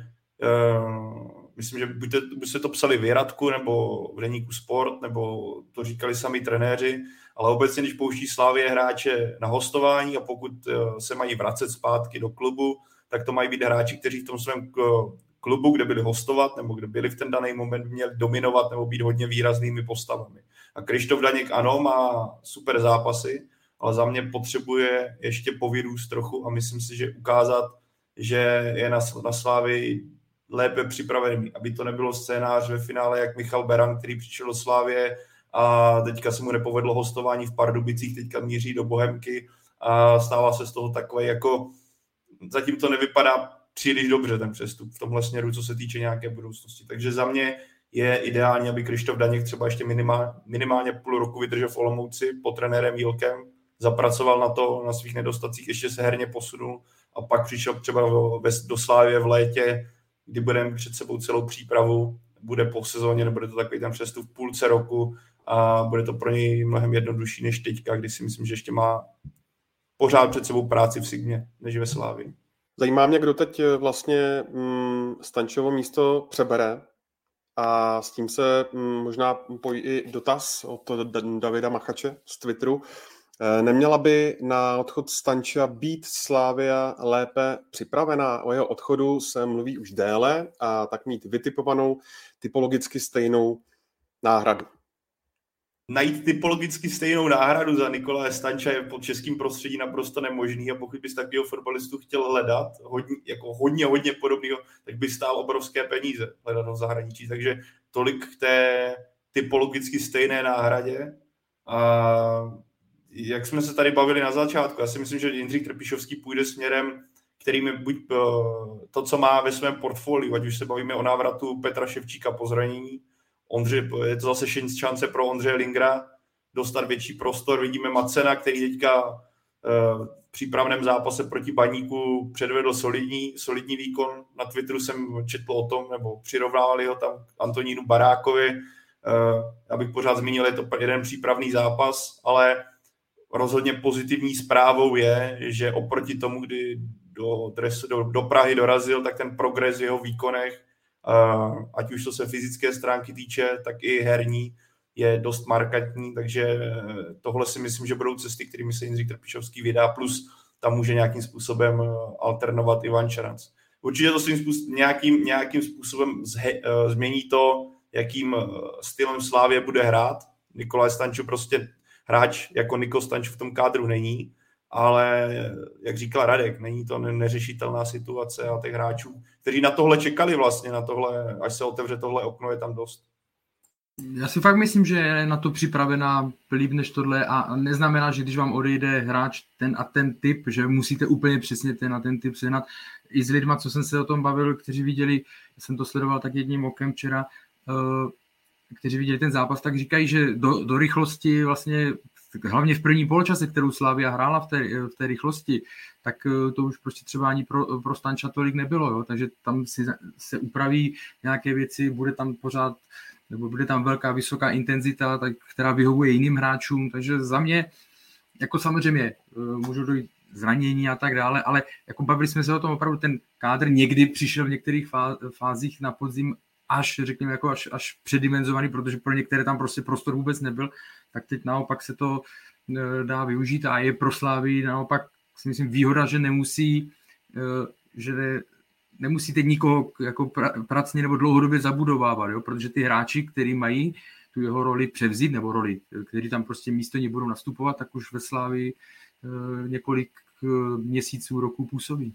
uh, myslím, že buď, buď se to psali v Jiratku, nebo v deníku Sport, nebo to říkali sami trenéři, ale obecně, když pouští Slavie hráče na hostování a pokud uh, se mají vracet zpátky do klubu, tak to mají být hráči, kteří v tom svém klubu, kde byli hostovat, nebo kde byli v ten daný moment, měli dominovat nebo být hodně výraznými postavami. A Krištof Daněk, ano, má super zápasy, ale za mě potřebuje ještě povyrůst trochu a myslím si, že ukázat, že je na, na Slávii lépe připravený, aby to nebylo scénář ve finále jak Michal Beran, který přišel do Slávie a teďka se mu nepovedlo hostování v Pardubicích, teďka míří do Bohemky a stává se z toho takové jako, zatím to nevypadá příliš dobře ten přestup v tomhle směru, co se týče nějaké budoucnosti. Takže za mě je ideální, aby Krištof Daněk třeba ještě minimál, minimálně půl roku vydržel v Olomouci pod trenérem Jílkem, zapracoval na to, na svých nedostacích, ještě se herně posunul a pak přišel třeba do, do Slávie v létě, kdy budeme před sebou celou přípravu, bude po sezóně, nebude to takový ten přestup v půlce roku a bude to pro něj mnohem jednodušší než teďka, kdy si myslím, že ještě má pořád před sebou práci v Sigmě, než ve Slávii. Zajímá mě, kdo teď vlastně mm, Stančovo místo přebere a s tím se mm, možná pojí i dotaz od Davida Machače z Twitteru. Neměla by na odchod Stanča být Slavia lépe připravená? O jeho odchodu se mluví už déle a tak mít vytipovanou typologicky stejnou náhradu. Najít typologicky stejnou náhradu za Nikolaje Stanča je pod českým prostředí naprosto nemožný a pokud bys takového fotbalistu chtěl hledat, hodně, jako hodně, hodně podobného, tak by stál obrovské peníze hledat v zahraničí. Takže tolik k té typologicky stejné náhradě. A jak jsme se tady bavili na začátku, já si myslím, že Jindřich Trpišovský půjde směrem, kterým je buď to, co má ve svém portfoliu, ať už se bavíme o návratu Petra Ševčíka po zranění, Ondřej, je to zase šance pro Ondřeje Lingra dostat větší prostor. Vidíme Macena, který teďka v přípravném zápase proti Baníku předvedl solidní, solidní výkon. Na Twitteru jsem četl o tom, nebo přirovnávali ho tam k Antonínu Barákovi. Já bych pořád zmínil, je to jeden přípravný zápas, ale rozhodně pozitivní zprávou je, že oproti tomu, kdy do, do, do Prahy dorazil, tak ten progres v jeho výkonech, ať už to se fyzické stránky týče, tak i herní, je dost markantní, takže tohle si myslím, že budou cesty, kterými se Jindřich Trpišovský vydá, plus tam může nějakým způsobem alternovat Ivan Čeranc. určitě to svým způsob, nějakým, nějakým způsobem zhe, uh, změní to, jakým uh, stylem Slavie bude hrát. Nikolaj Stanču prostě hráč jako Niko Stanču v tom kádru není, ale jak říkal Radek, není to neřešitelná situace a těch hráčů, kteří na tohle čekali vlastně, na tohle, až se otevře tohle okno, je tam dost. Já si fakt myslím, že je na to připravená líp než tohle a neznamená, že když vám odejde hráč ten a ten typ, že musíte úplně přesně ten a ten typ sehnat. I s lidma, co jsem se o tom bavil, kteří viděli, jsem to sledoval tak jedním okem včera, kteří viděli ten zápas, tak říkají, že do, do rychlosti vlastně, hlavně v první poločase, kterou Slavia hrála v té, v té rychlosti, tak to už prostě třeba ani pro, pro Stanča tolik nebylo, jo? Takže tam si, se upraví nějaké věci, bude tam pořád nebo bude tam velká, vysoká intenzita, tak, která vyhovuje jiným hráčům, takže za mě, jako samozřejmě, můžou dojít zranění a tak dále, ale jako bavili jsme se o tom opravdu, ten kádr někdy přišel v některých fázích na podzim až, řekněme, jako až, až předimenzovaný, protože pro některé tam prostě prostor vůbec nebyl, tak teď naopak se to dá využít a je pro Slavii naopak, si myslím, výhoda, že nemusí, že nemusí teď nikoho jako pracně nebo dlouhodobě zabudovávat, jo? Protože ty hráči, kteří mají tu jeho roli převzít, nebo roli, kteří tam prostě místo ní budou nastupovat, tak už ve Slavii e, několik e, měsíců, roků působí.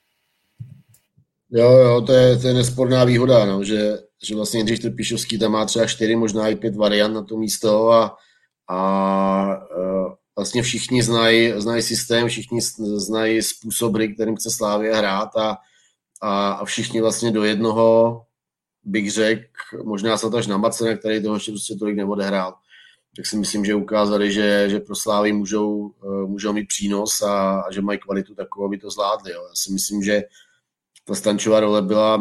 Jo, jo, to je, to je nesporná výhoda, no, že, že vlastně Jindřich Trpišovský tam má třeba čtyři, možná i pět variant na to místo a, a e, vlastně všichni znají, znají systém, všichni znají způsob hry, kterým chce Slavie hrát a A všichni vlastně do jednoho, bych řekl, možná snad až na Macena, který toho ještě prostě tolik neodehrál. Tak si myslím, že ukázali, že, že pro Slávy můžou, můžou mít přínos a, a že mají kvalitu takovou, aby to zvládli. Jo. Já si myslím, že ta Stančová role byla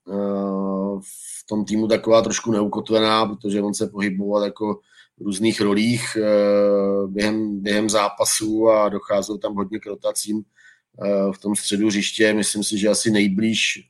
uh, v tom týmu taková trošku neukotvená, protože on se pohyboval jako v různých rolích uh, během, během zápasů a docházelo tam hodně k rotacím v tom středu hřiště. Myslím si, že asi nejblíž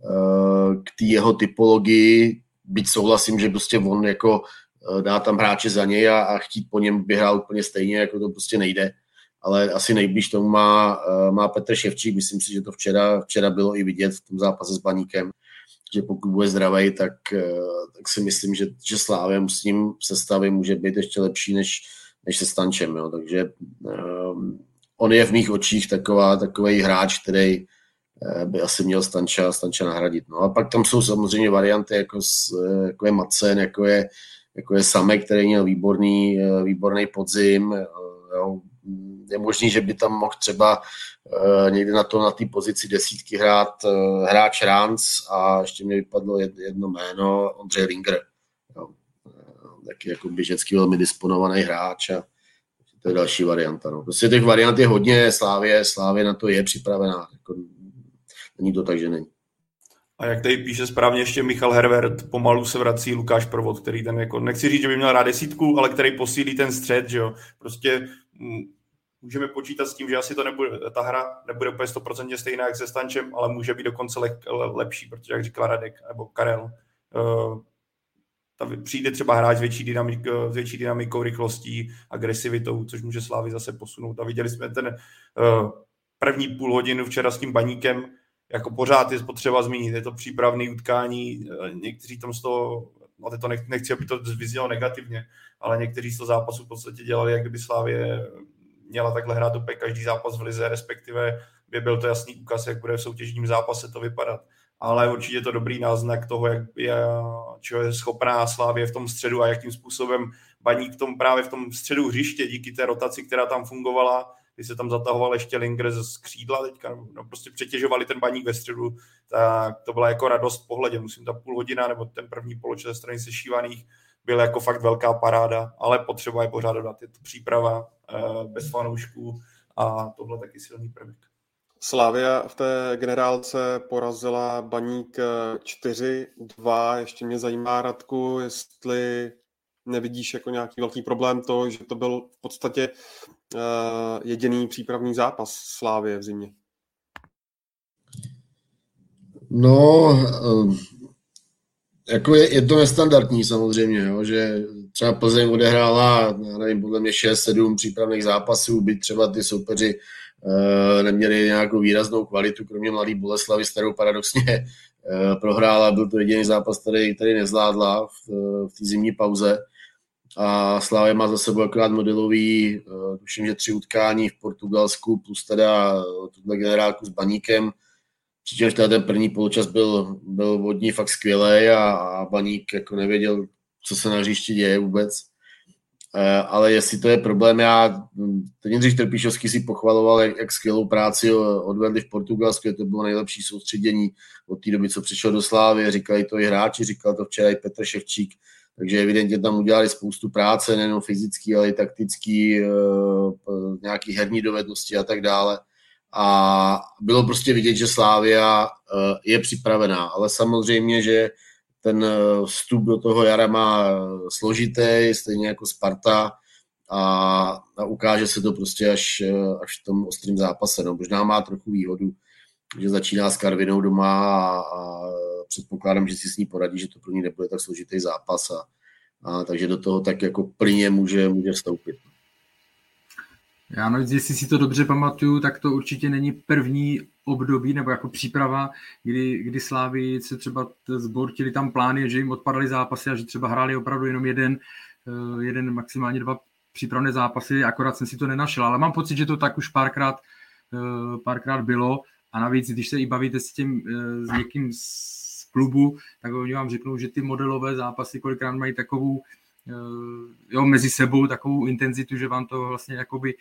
k té jeho typologii, byť souhlasím, že prostě on jako dá tam hráče za něj a, a chtít po něm běhá úplně stejně, jako to prostě nejde. Ale asi nejblíž tomu má, má Petr Ševčík. Myslím si, že to včera, včera bylo i vidět v tom zápase s Baníkem, že pokud bude zdravej, tak, tak si myslím, že, že Slavia s ním v sestavě může být ještě lepší než, než se Stančem. Jo. Takže um, on je v mých očích taková, takový hráč, který by asi měl Stanča, Stanča nahradit. No a pak tam jsou samozřejmě varianty, jako, jako je Macen, jako je, jako je Samek, který měl výborný, výborný podzim. Jo. Je možný, že by tam mohl třeba někde na to na té pozici desítky hrát hráč Rans a ještě mi vypadlo jedno jméno, Ondřej Linger. Jo. Taky jako běžecký velmi disponovaný hráč a to je další varianta. No. Prostě těch variant je hodně, Slávie, Slávie na to je připravená. Jako, není to tak, že není. A jak tady píše správně ještě Michal Hervert, pomalu se vrací Lukáš Prvod, který ten jako, nechci říct, že by měl rád desítku, ale který posílí ten střed, že jo. Prostě m, můžeme počítat s tím, že asi to nebude, ta hra nebude úplně sto procent stejná jak se Stančem, ale může být dokonce le, le, lepší, protože jak říkal Radek nebo Karel, uh, přijde třeba hráč s větší, dynamik, s větší dynamikou, rychlostí, agresivitou, což může Slávy zase posunout. A viděli jsme ten uh, první půl hodinu včera s tím Baníkem, jako pořád je potřeba zmínit. Je to přípravné utkání, někteří tam z toho, no to nech, nechci, aby to vyznělo negativně, ale někteří z toho zápasu v podstatě dělali, jak kdyby Slávie měla takhle hrát úplně každý zápas v lize, respektive by byl to jasný úkaz, jak bude v soutěžním zápase to vypadat. Ale určitě je to dobrý náznak toho, jak je, čeho je schopná Slavie v tom středu a jakým způsobem Baník v tom, právě v tom středu hřiště díky té rotaci, která tam fungovala, když se tam zatahoval ještě Linger ze skřídla teďka, no prostě přetěžovali ten Baník ve středu, tak to byla jako radost v pohledě. Musím ta půl hodina nebo ten první poločas ze strany sešívaných byl jako fakt velká paráda, ale potřeba je pořád dodat. Je to příprava bez fanoušků a tohle taky silný prvek. Slavia v té generálce porazila Baník čtyři dva. Ještě mě zajímá, Radku, jestli nevidíš jako nějaký velký problém to, že to byl v podstatě uh, jediný přípravný zápas Slavie v zimě. No, jako je, je to nestandardní samozřejmě, jo, že třeba Plzeň odehrála, já nevím, podle mě šest sedm přípravných zápasů, byť třeba ty soupeři e, neměli nějakou výraznou kvalitu, kromě Mladý Boleslavi, s kterou paradoxně e, prohrála, byl to jediný zápas, který, který nezvládla v, v té zimní pauze. A Slavia má za sebou akorát modelový, uh, tuším, že tři utkání v Portugalsku, plus teda tuhle generálku s Baníkem. Přičemž teda ten první poločas byl, byl vodní fakt skvělý a, a Baník jako nevěděl, co se na hřišti děje vůbec. Uh, ale jestli to je problém, já, ten Jindřich Trpišovský si pochvaloval, jak, jak skvělou práci odvedli v Portugalsku, to bylo nejlepší soustředění od té doby, co přišel do Slávie, říkali to i hráči, říkal to včera i Petr Ševčík. Takže evidentně tam udělali spoustu práce, nejen fyzický, ale i taktický, nějaký herní dovednosti a tak dále. A bylo prostě vidět, že Slavia je připravená, ale samozřejmě, že ten vstup do toho jara má složitý, stejně jako Sparta a, a ukáže se to prostě až, až v tom ostrém zápase. No, možná má trochu výhodu, že začíná s Karvinou doma a, a předpokládám, že si s ní poradí, že to pro ní nebude tak složitý zápas a, a takže do toho tak jako plyně může, může vstoupit. Já no, jestli si to dobře pamatuju, tak to určitě není první období nebo jako příprava, kdy, kdy Slávy se třeba zbortili tam plány, že jim odpadaly zápasy a že třeba hráli opravdu jenom jeden, jeden maximálně dva přípravné zápasy, akorát jsem si to nenašel, ale mám pocit, že to tak už párkrát, párkrát bylo. A navíc, když se i bavíte s tím, s někým z klubu, tak oni vám řeknou, že ty modelové zápasy kolikrát mají takovou, jo, mezi sebou takovou intenzitu, že vám to vlastně jakoby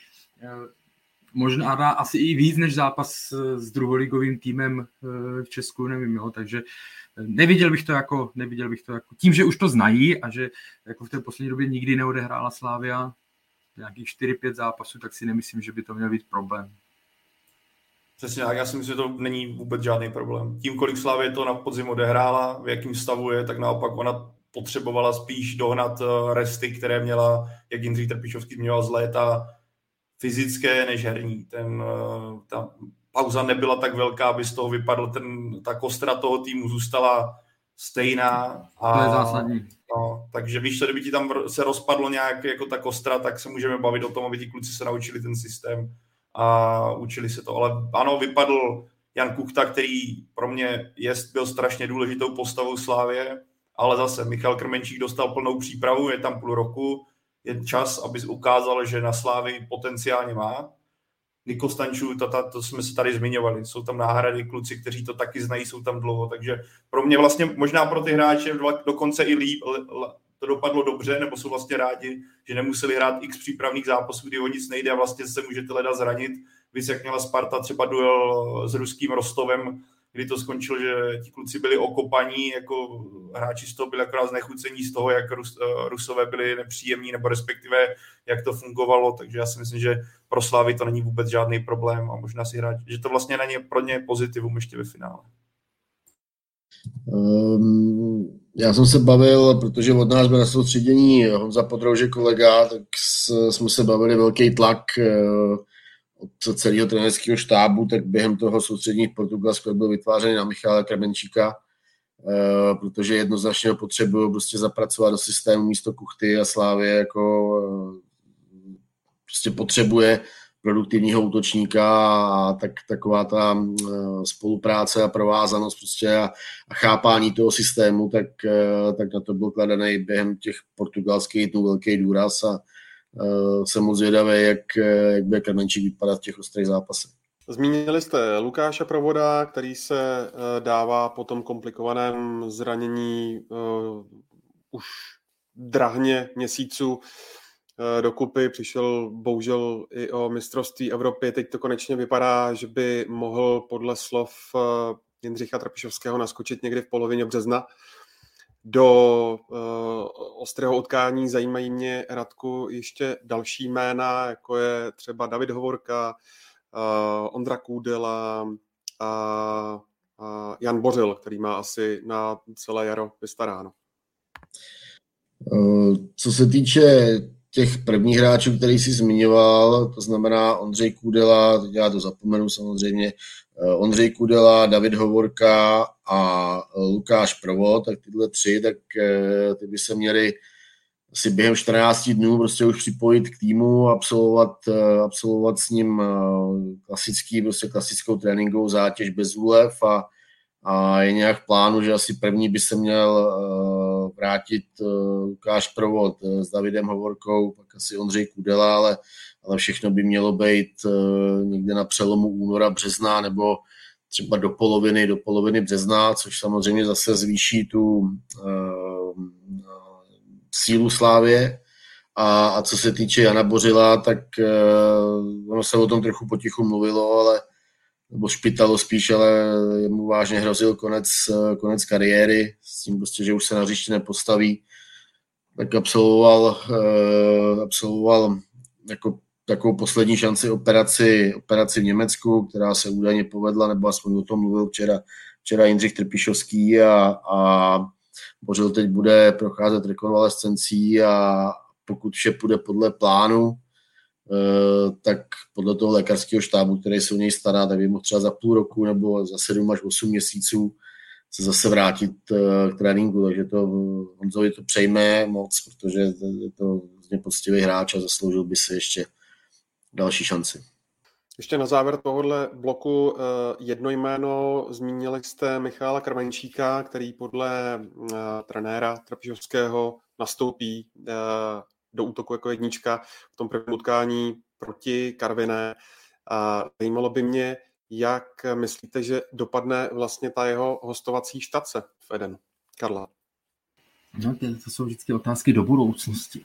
možná dá asi i víc než zápas s druholigovým týmem v Česku, nevím, jo, takže neviděl bych to jako, neviděl bych to jako, tím, že už to znají a že jako v té poslední době nikdy neodehrála Slavia nějakých čtyři pět zápasů, tak si nemyslím, že by to měl být problém. Přesně tak, já si myslím, že to není vůbec žádný problém. Tím, kolik Slavie to na podzim odehrála, v jakém stavu je, tak naopak ona potřebovala spíš dohnat resty, které měla, jak Jindřich Trpišovský měla z léta, fyzické než herní. Ten, ta pauza nebyla tak velká, aby z toho vypadl, ten, ta kostra toho týmu zůstala stejná. A, to je zásadní. No, takže víš, co, kdyby ti tam se rozpadlo nějak jako ta kostra, tak se můžeme bavit o tom, aby ti kluci se naučili ten systém a učili se to. Ale ano, vypadl Jan Kuchta, který pro mě jest, byl strašně důležitou postavou Slávie, ale zase Michal Krmenčík dostal plnou přípravu, je tam půl roku, je čas, aby ukázal, že na Slávii potenciálně má. Niko Stančů, to, to, to jsme se tady zmiňovali, jsou tam náhrady, kluci, kteří to taky znají, jsou tam dlouho, takže pro mě vlastně možná pro ty hráče dokonce i líp, to dopadlo dobře, nebo jsou vlastně rádi, že nemuseli hrát x přípravných zápasů, kdy o nic nejde a vlastně se můžete leda zranit. Víc jak měla Sparta třeba duel s ruským Rostovem, kdy to skončilo, že ti kluci byli okopaní, jako hráči z toho byli akorát znechucení z toho, jak Rus, Rusové byli nepříjemní, nebo respektive jak to fungovalo, takže já si myslím, že pro Slávy to není vůbec žádný problém a možná si hrát, že to vlastně není pro ně pozitivum ještě ve finále. Um, já jsem se bavil, protože od nás byl na soustředění Honza Podrouže kolega, tak jsme se bavili velký tlak od celého trenérského štábu, tak během toho soustředění v Portugalsku byl vytvářený na Michala Krmenčíka, protože jednoznačně ho potřebují prostě zapracovat do systému místo Kuchty a Slávie jako prostě potřebuje produktivního útočníka a tak, taková ta spolupráce a provázanost prostě a, a chápání toho systému, tak, tak na to byl kladený během těch portugalských dnů velký důraz a uh, jsem moc zvědavý, jak, jak bude Krmenčík vypadat v těch ostrých zápasech. Zmínili jste Lukáše Provoda, který se uh, dává po tom komplikovaném zranění uh, už drahně měsíců dokupy, přišel bohužel i o mistrovství Evropy. Teď to konečně vypadá, že by mohl podle slov Jindřicha Trpišovského naskočit někdy v polovině března. Do uh, ostrého utkání zajímají mě, Radku, ještě další jména, jako je třeba David Hovorka, uh, Ondra Kůdela a uh, Jan Bořil, který má asi na celé jaro vystaráno. Co se týče těch prvních hráčů, který jsi zmiňoval, to znamená Ondřej Kudela, teď já to zapomenu samozřejmě, Ondřej Kudela, David Hovorka a Lukáš Provod, tak tyhle tři, tak ty by se měli asi během čtrnácti dnů prostě už připojit k týmu, absolvovat, absolvovat s ním klasický, prostě klasickou tréninkovou zátěž bez úlev a, a je nějak v plánu, že asi první by se měl vrátit Lukáš Provod s Davidem Hovorkou, pak asi Ondřej Kudela, ale, ale všechno by mělo být někde na přelomu února, března nebo třeba do poloviny, do poloviny března, což samozřejmě zase zvýší tu uh, sílu Slávie. A, a co se týče Jana Bořila, tak uh, ono se o tom trochu potichu mluvilo, ale nebo špitalo spíš, ale mu vážně hrozil konec, konec kariéry, s tím prostě, že už se na hřiště nepostaví. Tak absolvoval, uh, absolvoval jako takovou poslední šanci operaci, operaci v Německu, která se údajně povedla, nebo aspoň o tom mluvil včera, včera Jindřich Trpišovský a, a Bořil teď bude procházet rekonvalescencí a pokud vše půjde podle plánu, tak podle toho lékařského štábu, který se o něj stará, tak by mohl třeba za půl roku nebo za sedm až osm měsíců se zase vrátit k tréninku, takže to Honzovi to přejme moc, protože je to vlastně poctivý hráč a zasloužil by se ještě další šanci. Ještě na závěr tohohle bloku jedno jméno, zmínili jste Michala Krmenčíka, který podle trenéra Trpišovského nastoupí do útoku jako jednička v tom prvním utkání proti Karviné. A zajímalo by mě, jak myslíte, že dopadne vlastně ta jeho hostovací štace v Edenu? Karla. No, to jsou vždycky otázky do budoucnosti.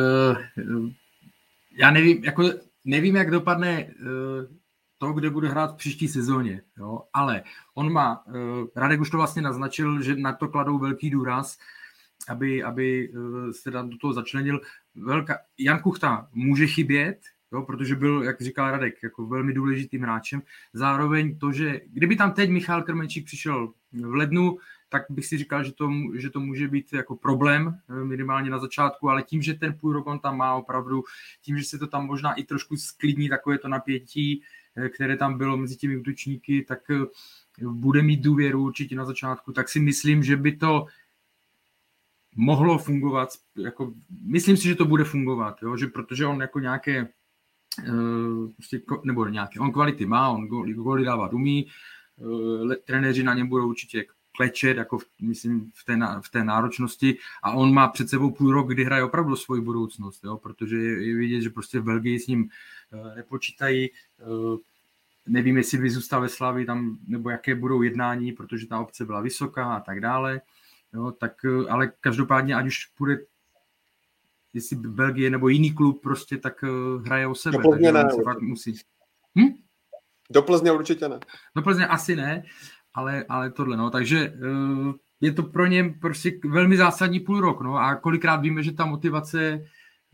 Já nevím, jako nevím, jak dopadne to, kde bude hrát v příští sezóně, jo? Ale on má, Radek už to vlastně naznačil, že na to kladou velký důraz, aby, aby se do toho začlenil. Velká, Jan Kuchta může chybět, jo, protože byl, jak říkal Radek, jako velmi důležitým hráčem. Zároveň to, že kdyby tam teď Michal Krmenčík přišel v lednu, tak bych si říkal, že to, že to může být jako problém minimálně na začátku, ale tím, že ten půl rok on tam má opravdu, tím, že se to tam možná i trošku sklidní, takové to napětí, které tam bylo mezi těmi útočníky, tak bude mít důvěru určitě na začátku, tak si myslím, že by to mohlo fungovat, jako, myslím si, že to bude fungovat, jo, že protože on jako nějaké, uh, prostě, nebo nějaké, on kvality má, on góly dávat umí, uh, trenéři na něm budou určitě klečet, jako v, myslím v té, v té náročnosti a on má před sebou půl rok, kdy hraje opravdu svoji budoucnost, jo, protože je, je vidět, že prostě v Belgii s ním uh, nepočítají, uh, nevím, jestli by zůstal ve Slavii tam, nebo jaké budou jednání, protože ta opce byla vysoká a tak dále. Jo, tak, ale každopádně, ať už půjde, jestli Belgie nebo jiný klub prostě, tak hraje o sebe. Do Plzně ne. Se fakt musí. Hm? Do Plzně určitě ne. Do Plzně asi ne, ale, ale tohle, no. Takže je to pro ně prostě velmi zásadní půl rok, no. A kolikrát víme, že ta motivace,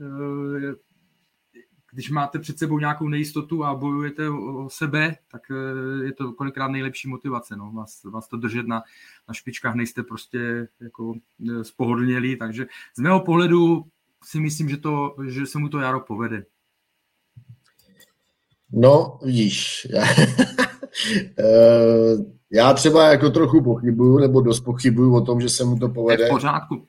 když máte před sebou nějakou nejistotu a bojujete o sebe, tak je to kolikrát nejlepší motivace, no, vás, vás to držet na, na špičkách, nejste prostě jako spohodlnělí, takže z mého pohledu si myslím, že, to, že se mu to jaro povede. No, vidíš, já, já třeba jako trochu pochybuju, nebo dost pochybuju o tom, že se mu to povede. Je v pořádku.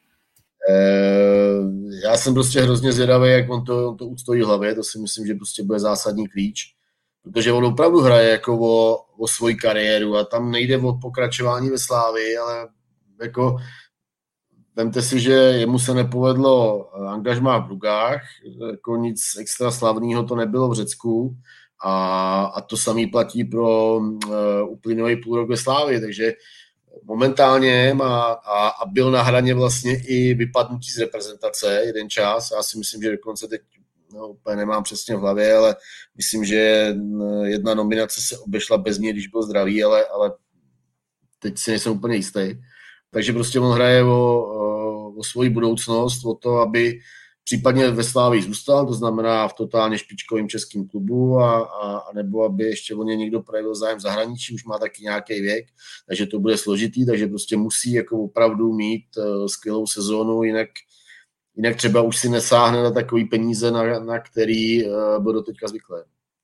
Já jsem prostě hrozně zvědavý, jak on to, on to ustojí v hlavě, to si myslím, že prostě bude zásadní klíč, protože on opravdu hraje jako o, o svoji kariéru a tam nejde o pokračování ve Slávii, ale jako vemte si, že jemu se nepovedlo angažmá v Brugách, jako nic extra slavného to nebylo v Řecku a, a to samý platí pro uh, uplynulý půl rok ve Slávii, takže momentálně má a, a byl na hraně vlastně i vypadnutí z reprezentace jeden čas. Já si myslím, že dokonce teď no, úplně nemám přesně v hlavě, ale myslím, že jedna nominace se obešla bez mě, když byl zdravý, ale, ale teď si nejsem úplně jistý. Takže prostě on hraje o, o, o svoji budoucnost, o to, aby případně ve Slávii zůstal, to znamená v totálně špičkovém českém klubu a, a, a nebo aby ještě o ně někdo projevil zájem v zahraničí, už má taky nějaký věk, takže to bude složitý, takže prostě musí jako opravdu mít uh, skvělou sezónu, jinak, jinak třeba už si nesáhne na takový peníze, na, na který uh, byl doteďka zvyklý.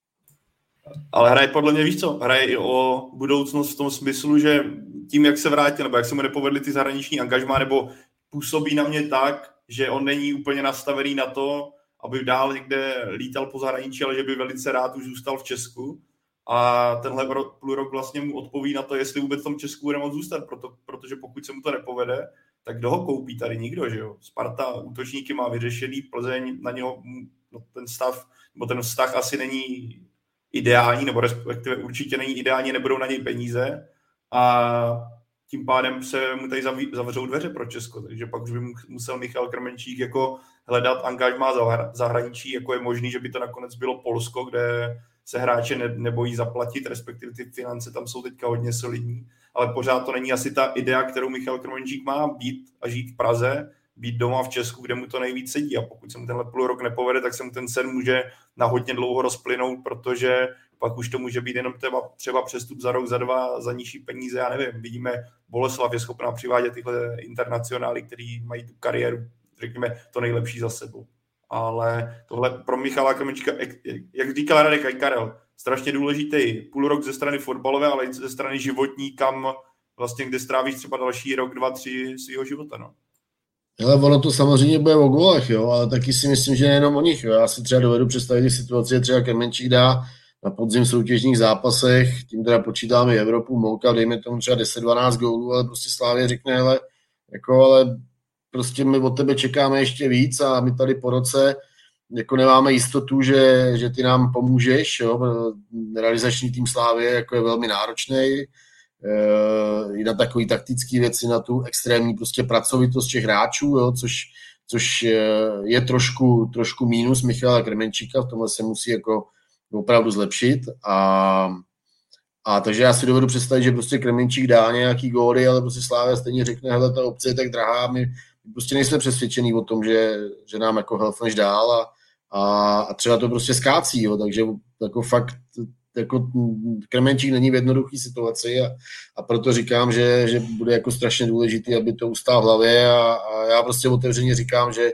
Ale hraje podle mě, víš co, hraje i o budoucnost v tom smyslu, že tím, jak se vrátil, nebo jak se mu nepovedly ty zahraniční angažmá, nebo působí na mě tak, že on není úplně nastavený na to, aby dál někde lítal po zahraničí, ale že by velice rád už zůstal v Česku. A tenhle půl rok vlastně mu odpoví na to, jestli vůbec v tom Česku bude moct zůstat, proto, protože pokud se mu to nepovede, tak kdo ho koupí? Tady nikdo, že jo? Sparta útočníky má vyřešený, Plzeň na něho no, ten stav, nebo ten vztah asi není ideální, nebo respektive určitě není ideální, nebudou na něj peníze a tím pádem se mu tady zavřou dveře pro Česko, takže pak už by musel Michal Krmenčík jako hledat angažmá zahraničí, jako je možný, že by to nakonec bylo Polsko, kde se hráče ne, nebojí zaplatit, respektive ty finance tam jsou teďka hodně solidní, ale pořád to není asi ta idea, kterou Michal Krmenčík má, být a žít v Praze, být doma v Česku, kde mu to nejvíc sedí a pokud se mu tenhle půl rok nepovede, tak se mu ten sen může na hodně dlouho rozplynout, protože pak už to může být jenom třeba, třeba přestup za rok, za dva, za nižší peníze, já nevím. Vidíme, Boleslav je schopná přivádět tyhle internacionály, který mají tu kariéru, řekněme, to nejlepší za sebou. Ale tohle pro Michala Krmenčíka, jak říkal Radek Karel, strašně důležitý půl rok ze strany fotbalové, ale i ze strany životní, kam vlastně, kde strávíš třeba další rok, dva, tři svýho života, no. Hele, ono to samozřejmě bude o gólech, jo, ale taky si myslím, že nejenom o nich, jo. Já si třeba dovedu představit ty situace, třeba Krmenčík dá na podzim soutěžních zápasech, tím teda počítáme Evropu, Molka, dejme tomu třeba deset dvanáct gólů, ale prostě Slavia řekne, hele, jako, ale prostě my od tebe čekáme ještě víc a my tady po roce jako nemáme jistotu, že, že ty nám pomůžeš, jo. Realizační tým Slavie jako je velmi náročný, i na takové taktické věci, na tu extrémní prostě pracovitost těch hráčů, jo, což, což je trošku, trošku mínus Michala Krmenčíka, v tomhle se musí jako opravdu zlepšit a, a takže já si dovedu představit, že prostě Krmenčík dá nějaký góly, ale prostě Slavia stejně řekne, hele, ta opce je tak drahá, my prostě nejsme přesvědčení o tom, že, že nám jako helfneš dál a, a, a třeba to prostě skácí, jo, takže jako fakt jako Krmenčík není v jednoduché situaci a, a proto říkám, že, že bude jako strašně důležitý, aby to ustál v hlavě a, a já prostě otevřeně říkám, že,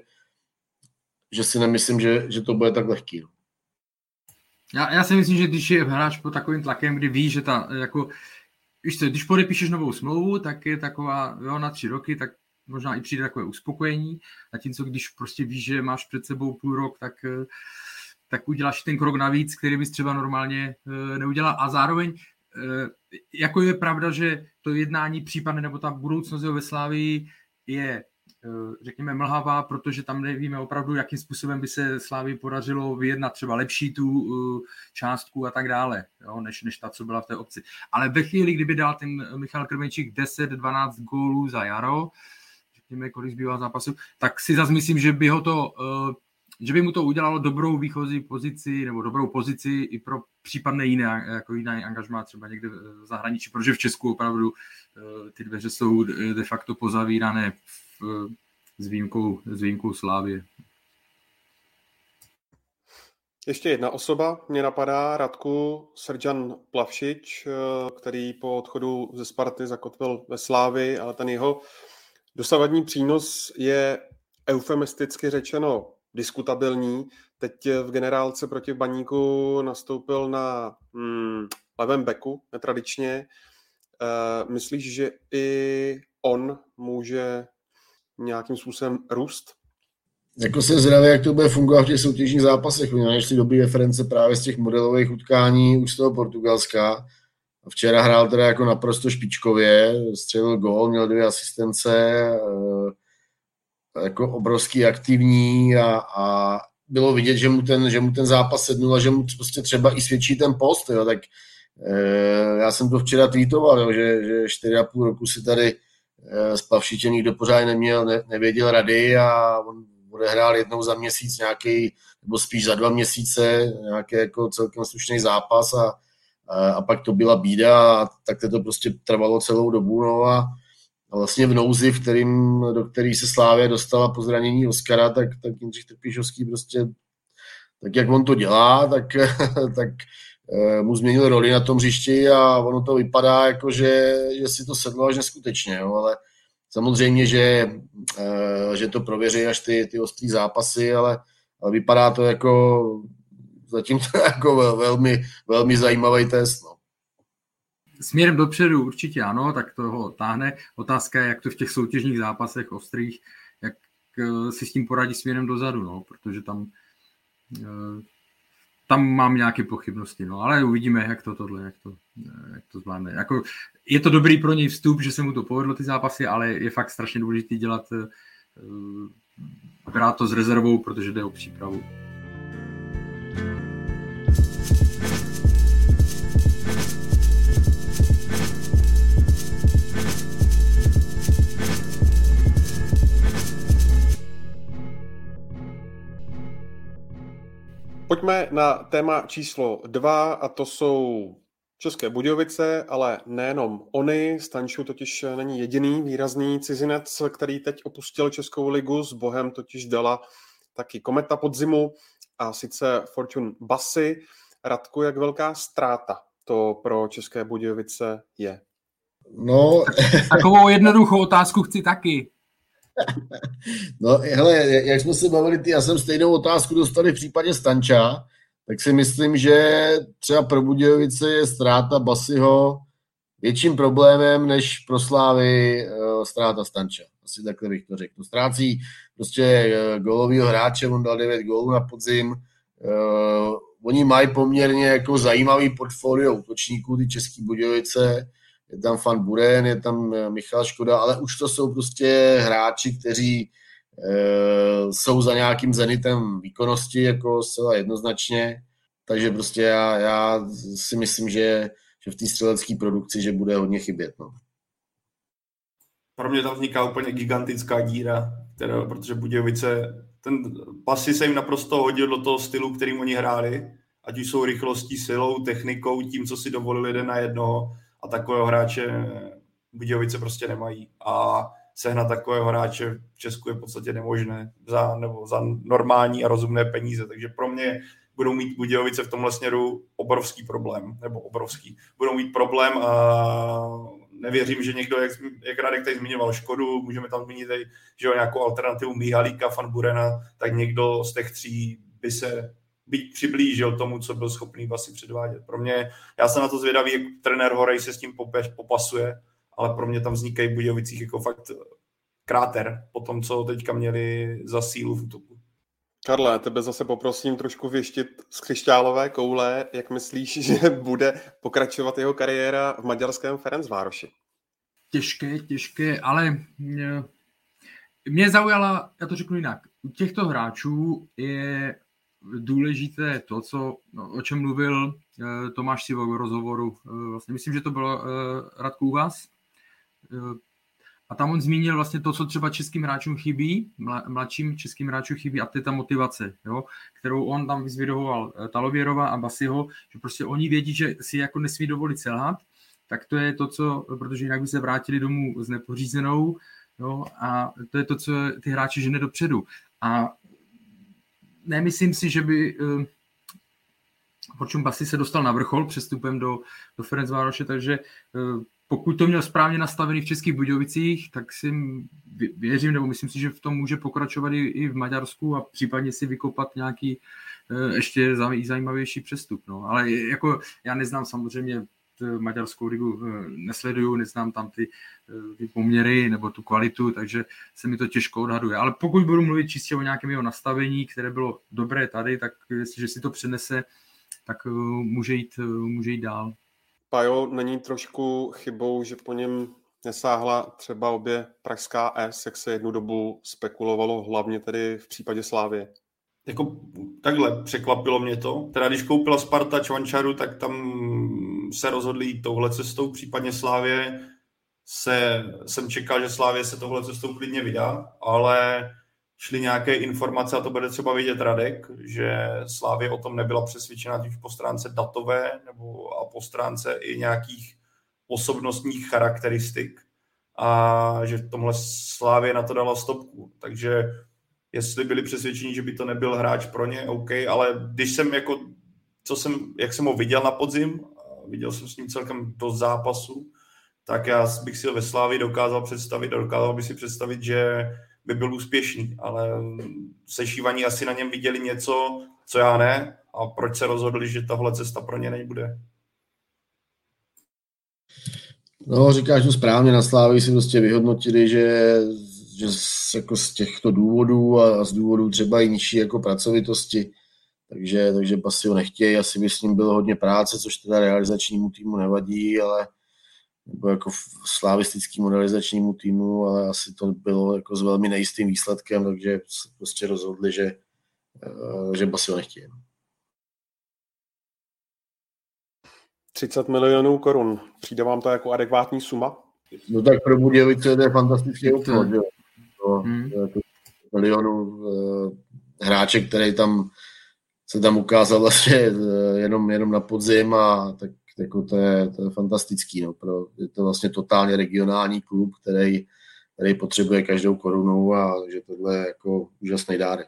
že si nemyslím, že, že to bude tak lehký. Já, já si myslím, že když je hráč pod takovým tlakem, kdy ví, že ta, jako, víš co, když podepíšeš novou smlouvu, tak je taková, jo, na tři roky, tak možná i přijde takové uspokojení, a tím, co když prostě víš, že máš před sebou půl rok, tak tak uděláš ten krok navíc, který bys třeba normálně e, neudělal. A zároveň, e, jako je pravda, že to jednání případně, nebo ta budoucnost ve Slávii je, e, řekněme, mlhavá, protože tam nevíme opravdu, jakým způsobem by se Slávii podařilo vyjednat třeba lepší tu e, částku a tak dále, jo, než, než ta, co byla v té opci. Ale ve chvíli, kdyby dal ten Michal Krmenčík deset dvanáct gólů za jaro, řekněme, kolik zbývá zápasů, tak si zase myslím, že by ho to... E, že by mu to udělalo dobrou výchozí pozici nebo dobrou pozici i pro případné jiné, jako jiné angažmá třeba někde v zahraničí, protože v Česku opravdu ty dveře jsou de facto pozavírané v, s výjimkou, s výjimkou Slávie. Ještě jedna osoba mě napadá, Radku, Srdjan Plavšič, který po odchodu ze Sparty zakotvil ve Slávii, ale ten jeho dosavadní přínos je eufemisticky řečeno diskutabilní. Teď v generálce proti Baníku nastoupil na hmm, levém beku, netradičně. E, myslíš, že i on může nějakým způsobem růst? Jako jsem zvědavý, jak to bude fungovat v těch soutěžních zápasech. Máš si dobrý reference právě z těch modelových utkání už z toho Portugalska. Včera hrál teda jako naprosto špičkově, střelil gól, měl dvě asistence, jako obrovský aktivní a, a bylo vidět, že mu, ten, že mu ten zápas sednul a že mu prostě třeba i svědčí ten post, jo, tak e, já jsem to včera tweetoval, jo, že, že čtyři a půl roku si tady e, s Plavšičem nikdo pořád neměl, ne, nevěděl rady a on odehrál jednou za měsíc nějaký, nebo spíš za dva měsíce nějaký jako celkem slušný zápas a, a, a pak to byla bída a tak to prostě trvalo celou dobu, no a A vlastně v nouzi, v kterým, do který se Slávia dostala po zranění Oskara, tak, tak Jindřich Trpišovský prostě, tak jak on to dělá, tak, tak mu změnil roli na tom hřišti a ono to vypadá jako, že, že si to sedlo až neskutečně, jo, ale samozřejmě, že, že to prověří až ty, ty ostrý zápasy, ale, ale vypadá to jako zatím to jako velmi, velmi zajímavý test. No. Směrem dopředu určitě ano, tak to ho táhne. Otázka je, jak to v těch soutěžních zápasech ostrých, jak si s tím poradí směrem dozadu, no, protože tam tam mám nějaké pochybnosti, no, ale uvidíme, jak to tohle, jak to, jak to zvládne. Jako, je to dobrý pro něj vstup, že se mu to povedlo ty zápasy, ale je fakt strašně důležité dělat, brát to s rezervou, protože jde o přípravu. Pojďme na téma číslo dva a to jsou České Budějovice, ale nejenom oni. Stanču totiž není jediný výrazný cizinec, který teď opustil Českou ligu. S Bohem totiž dala taky kometa podzimu a sice Fortune Bassi. Radku, jak velká ztráta to pro České Budějovice je? No, takovou jednoduchou otázku chci taky. No, hele, jak jsme se bavili, ty, já jsem stejnou otázku dostali v případě Stanča, tak si myslím, že třeba pro Budějovice je ztráta Bassiho větším problémem, než pro Slávy uh, ztráta Stanča. Asi takhle bych to řekl. Ztrácí prostě uh, gólovýho hráče, on dal devět gólů na podzim. Uh, oni mají poměrně jako zajímavý portfolio útočníků, ty České Budějovice. Je tam Fan Buren, je tam Michal Škoda, ale už to jsou prostě hráči, kteří e, jsou za nějakým zenitem výkonnosti, jako zcela jednoznačně. Takže prostě já, já si myslím, že, že v té střelecké produkci, že bude hodně chybět. No. Pro mě tam vzniká úplně gigantická díra, která, protože Budějovice, ten Bassi se jim naprosto hodil do toho stylu, kterým oni hráli, ať už jsou rychlostí, silou, technikou, tím, co si dovolili jeden na jednoho. A takového hráče Budějovice prostě nemají. A sehnat takového hráče v Česku je v podstatě nemožné za, nebo za normální a rozumné peníze. Takže pro mě budou mít Budějovice v tomhle směru obrovský problém. Nebo obrovský. Budou mít problém a nevěřím, že někdo, jak, jak Radek tady zmiňoval Škodu, můžeme tam zmínit tady, že jo, nějakou alternativu Mihalíka, Fan Burena, tak někdo z těch tří by se byť přiblížil tomu, co byl schopný Bassi předvádět. Pro mě, já jsem na to zvědavý, jak trenér Horej se s tím popasuje, ale pro mě tam vznikají v Budějovicích jako fakt kráter po tom, co teďka měli za sílu v útoku. Karle, tebe zase poprosím trošku věštit z křišťálové koule. Jak myslíš, že bude pokračovat jeho kariéra v maďarském Ferencvároši? Těžké, těžké, ale mě, mě zaujala, já to řeknu jinak, u těchto hráčů je důležité to, co, no, o čem mluvil uh, Tomáš Sivok v rozhovoru. Uh, vlastně myslím, že to bylo uh, Radku u vás. Uh, a tam on zmínil vlastně to, co třeba českým hráčům chybí, mla, mladším českým hráčům chybí, a to je ta motivace, jo, kterou on tam vyzvědoval uh, Talověrova a Bassiho, že prostě oni vědí, že si jako nesmí dovolit selhat, tak to je to, co, protože jinak by se vrátili domů s nepořízenou, jo, a to je to, co ty hráči žene dopředu. A nemyslím si, že by uh, Fortune Bassi se dostal na vrchol přestupem do, do Ferencvároše, takže uh, pokud to měl správně nastavený v Českých Budějovicích, tak si věřím, nebo myslím si, že v tom může pokračovat i, i v Maďarsku a případně si vykopat nějaký uh, ještě zajímavější přestup. No. Ale jako já neznám samozřejmě maďarskou ligu, nesleduju, neznám tam ty, ty poměry nebo tu kvalitu, takže se mi to těžko odhaduje. Ale pokud budu mluvit čistě o nějakém jeho nastavení, které bylo dobré tady, tak jestliže si to přenese, tak může jít, může jít dál. Pajo, není trošku chybou, že po něm nesáhla třeba obě pražská S, jak se jednu dobu spekulovalo, hlavně tedy v případě Slávie? Jako takhle překvapilo mě to. Teda když koupila Sparta Čvančaru, tak tam se rozhodli jít touhle cestou, případně Slávě se, jsem čekal, že Slávě se touhle cestou klidně vydá, ale šly nějaké informace, a to bude třeba vidět Radek, že Slávě o tom nebyla přesvědčena už po stránce datové nebo a po stránce i nějakých osobnostních charakteristik a že v tomhle Slávě na to dala stopku. Takže jestli byli přesvědčeni, že by to nebyl hráč pro ně, OK, ale když jsem jako, co jsem, jak jsem ho viděl na podzim, viděl jsem s ním celkem dost zápasů, tak já bych si ho ve Slávii dokázal představit, dokázal bych si představit, že by byl úspěšný, ale sešívaní asi na něm viděli něco, co já ne, a proč se rozhodli, že tahle cesta pro ně nebude. No, říkáš to správně, na Slávii si prostě vyhodnotili, že, že z, jako z těchto důvodů a z důvodů třeba i nižší jako pracovitosti, takže, takže asi ho nechtějí, asi by s ním bylo hodně práce, což teda realizačnímu týmu nevadí, ale nebo jako slavistickému realizačnímu týmu, ale asi to bylo jako s velmi nejistým výsledkem, takže se prostě rozhodli, že, že Basy ho nechtějí. třicet milionů korun. Přijde vám to jako adekvátní suma? No tak pro Budějovice to je fantastický obchod. Hmm. Milionů hráče, který tam se tam ukázal vlastně jenom, jenom na podzim a tak jako to je, to je fantastický. No. Pro, je to vlastně totálně regionální klub, který, který potřebuje každou korunu a takže tohle je jako úžasný dárek.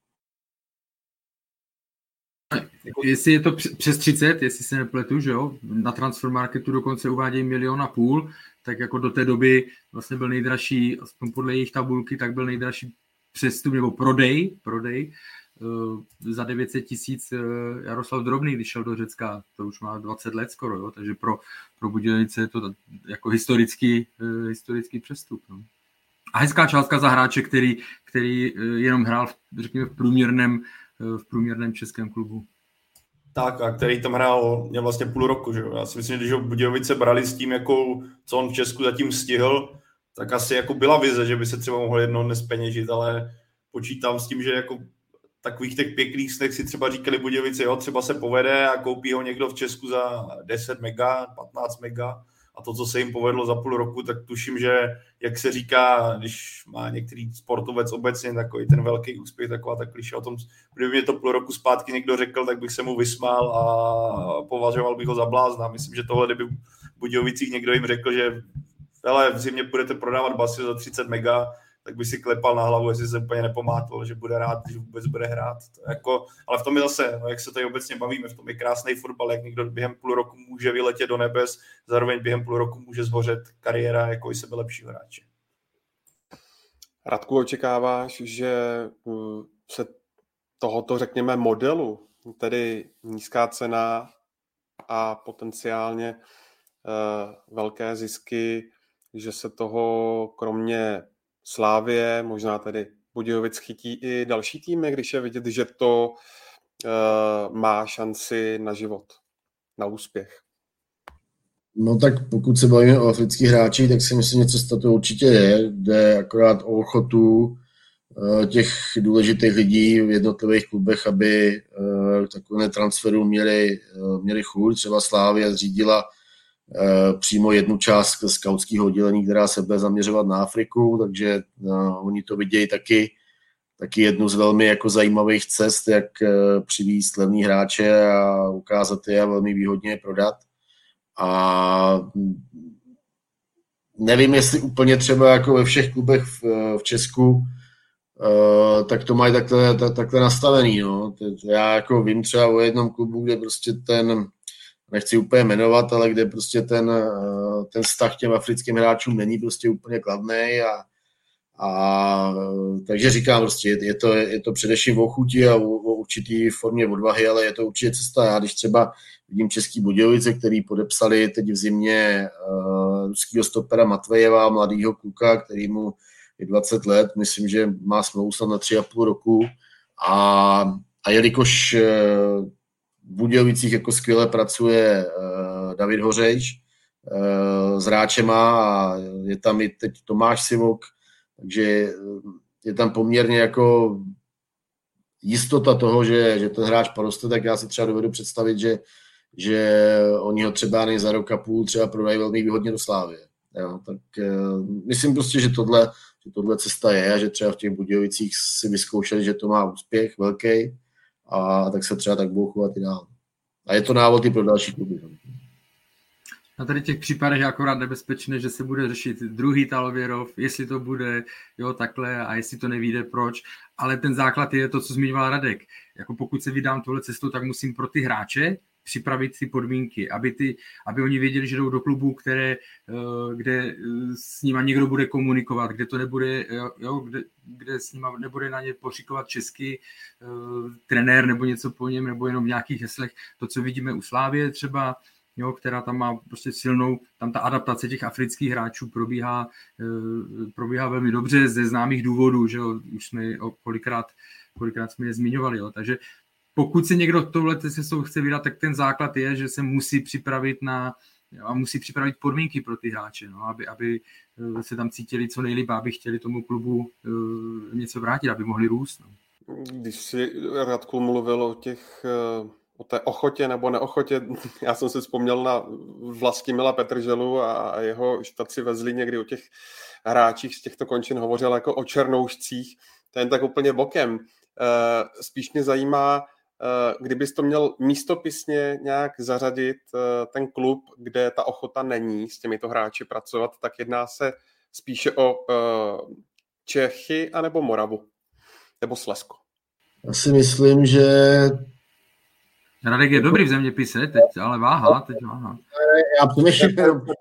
Jestli je to přes třicet, jestli se nepletu, že jo, na Transfermarketu dokonce uvádějí milion a půl, tak jako do té doby vlastně byl nejdražší, aspoň podle jejich tabulky, tak byl nejdražší přestup nebo prodej, prodej uh, za devět set tisíc uh, Jaroslav Drobný, když šel do Řecka, to už má dvacet let skoro, jo, takže pro, pro Budějovice je to jako historický, uh, historický přestup. No. A hezká částka za hráče, který, který uh, jenom hrál v, řekněme, v průměrném v průměrném českém klubu. Tak, a který tam hrál vlastně půl roku, že jo. Já si myslím, že když ho Budějovice brali s tím, jakou, co on v Česku zatím stihl, tak asi jako byla vize, že by se třeba mohl jednou dnes peněžit, ale počítám s tím, že jako takových těch pěkných snech si třeba říkali Budějovice, jo, třeba se povede a koupí ho někdo v Česku za deset mega, patnáct mega, a to, co se jim povedlo za půl roku, tak tuším, že, jak se říká, když má některý sportovec obecně takový ten velký úspěch, taková ta klišé o tom, kdyby mě to půl roku zpátky někdo řekl, tak bych se mu vysmál a považoval bych ho za blázna. Myslím, že tohle, kdyby v Budějovicích někdo jim řekl, že hele, v zimě budete prodávat Basy za třicet mega, tak by si klepal na hlavu, jestli se úplně nepamátl, že bude rád, že vůbec bude hrát. To jako, ale v tom je zase, no, jak se tady obecně bavíme, v tom je krásný fotbal, jak někdo během půl roku může vyletět do nebes, zároveň během půl roku může zhořet kariéra jako i sebelepšího hráče. Radku, očekáváš, že se tohoto, řekněme, modelu, tedy nízká cena a potenciálně uh, velké zisky, že se toho kromě Slávie, možná tedy Budějovic chytí i další týmy, když je vidět, že to uh, má šanci na život, na úspěch. No tak pokud se bavíme o afrických hráčích, tak si myslím, něco z toho určitě je, jde akorát o ochotu uh, těch důležitých lidí v jednotlivých klubech, aby uh, takové transferů měli, uh, měli chuť. Třeba Slávia zřídila Uh, přímo jednu část skautského oddělení, která se bude zaměřovat na Afriku, takže uh, oni to vidějí taky, taky jednu z velmi jako zajímavých cest, jak uh, přivízt levný hráče a ukázat je a velmi výhodně je prodat. A nevím, jestli úplně třeba jako ve všech klubech v, v Česku uh, tak to mají takhle, tak, takhle nastavený. No. Já jako vím třeba o jednom klubu, kde prostě ten nechci úplně jmenovat, ale kde prostě ten, ten vztah těm africkým hráčům není prostě úplně kladný a, a takže říkám prostě, je, je, to, je to především o chuti a o, o určitý formě odvahy, ale je to určitě cesta. Já když třeba vidím Český Budějovice, který podepsali teď v zimě uh, ruskýho stopera Matvejeva, mladýho kluka, který mu je dvacet let, myslím, že má smlouvu na tři a půl roku a, a jelikož uh, v Budějovicích jako skvěle pracuje uh, David Hořejš uh, s hráčema a je tam i teď Tomáš Sivok, takže je tam poměrně jako jistota toho, že, že ten hráč poroste, tak já si třeba dovedu představit, že, že oni ho třeba nej za rok a půl třeba prodají velmi výhodně do Slávie. Jo, tak uh, myslím prostě, že tohle, že tohle cesta je a že třeba v těch Budějovicích si vyzkoušeli, že to má úspěch velký, a tak se třeba tak budou chovat i dál. A je to návod i pro další kluby. Na tady těch případech je akorát nebezpečné, že se bude řešit druhý Talověrov, jestli to bude, jo, takhle, a jestli to nevíde, proč. Ale ten základ je to, co zmiňoval Radek. Jako pokud se vydám tohle cestou, tak musím pro ty hráče připravit ty podmínky, aby, ty, aby oni věděli, že jdou do klubu, které, kde s nima někdo bude komunikovat, kde to nebude, jo, kde, kde s nima nebude na ně pořikovat český uh, trenér nebo něco po něm, nebo jenom v nějakých heslech. To, co vidíme u Slávie třeba, jo, která tam má prostě silnou, tam ta adaptace těch afrických hráčů probíhá, uh, probíhá velmi dobře ze známých důvodů, že jo, už jsme o kolikrát, kolikrát jsme je zmiňovali, jo, takže pokud se někdo touhle cestou chce vydat, tak ten základ je, že se musí připravit na a musí připravit podmínky pro ty hráče, no, aby, aby se tam cítili co nejlíp, aby chtěli tomu klubu uh, něco vrátit, aby mohli růst. No. Když si Radku mluvil o těch, o té ochotě nebo neochotě, já jsem si vzpomněl na Vlastimila Petrželu a jeho štaci ve Zlíně, kdy o těch hráčích z těchto končin hovořil jako o černoušcích, to jen tak úplně bokem. Spíš mě zajímá, kdybys to měl místopisně nějak zařadit ten klub, kde ta ochota není s těmito hráči pracovat, tak jedná se spíše o Čechy anebo Moravu? Nebo Slezsko? Já si myslím, že... Radek je dobrý v zeměpise, teď, ale váha, teď váha. Já přemýšlím,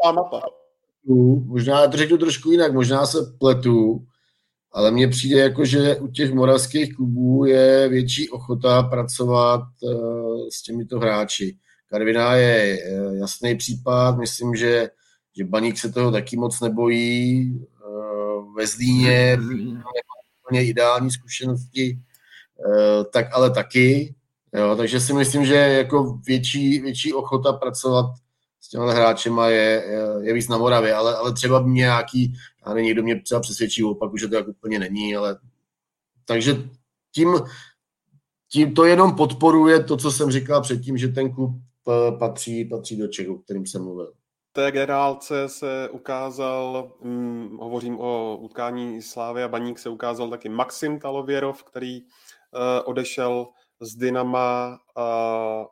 možná to řeknu trošku jinak, možná se pletu, ale mně přijde jako, že u těch moravských klubů je větší ochota pracovat uh, s těmito hráči. Karviná je uh, jasný případ, myslím, že, že Baník se toho taky moc nebojí, uh, ve Zlíně úplně ideální zkušenosti, uh, tak ale taky. Jo, takže si myslím, že jako větší, větší ochota pracovat s těmi hráčema je, je, je víc na Moravě, ale, ale třeba mě nějaký, a někdo mě třeba přesvědčí opak, že to tak úplně není, ale takže tím, tím to jenom podporuje to, co jsem říkal předtím, že ten klub patří, patří do Čech, o kterým jsem mluvil. V té generálce se ukázal, hm, hovořím o utkání Slávy a Baník, se ukázal taky Maxim Talověrov, který uh, odešel z Dynama. Uh,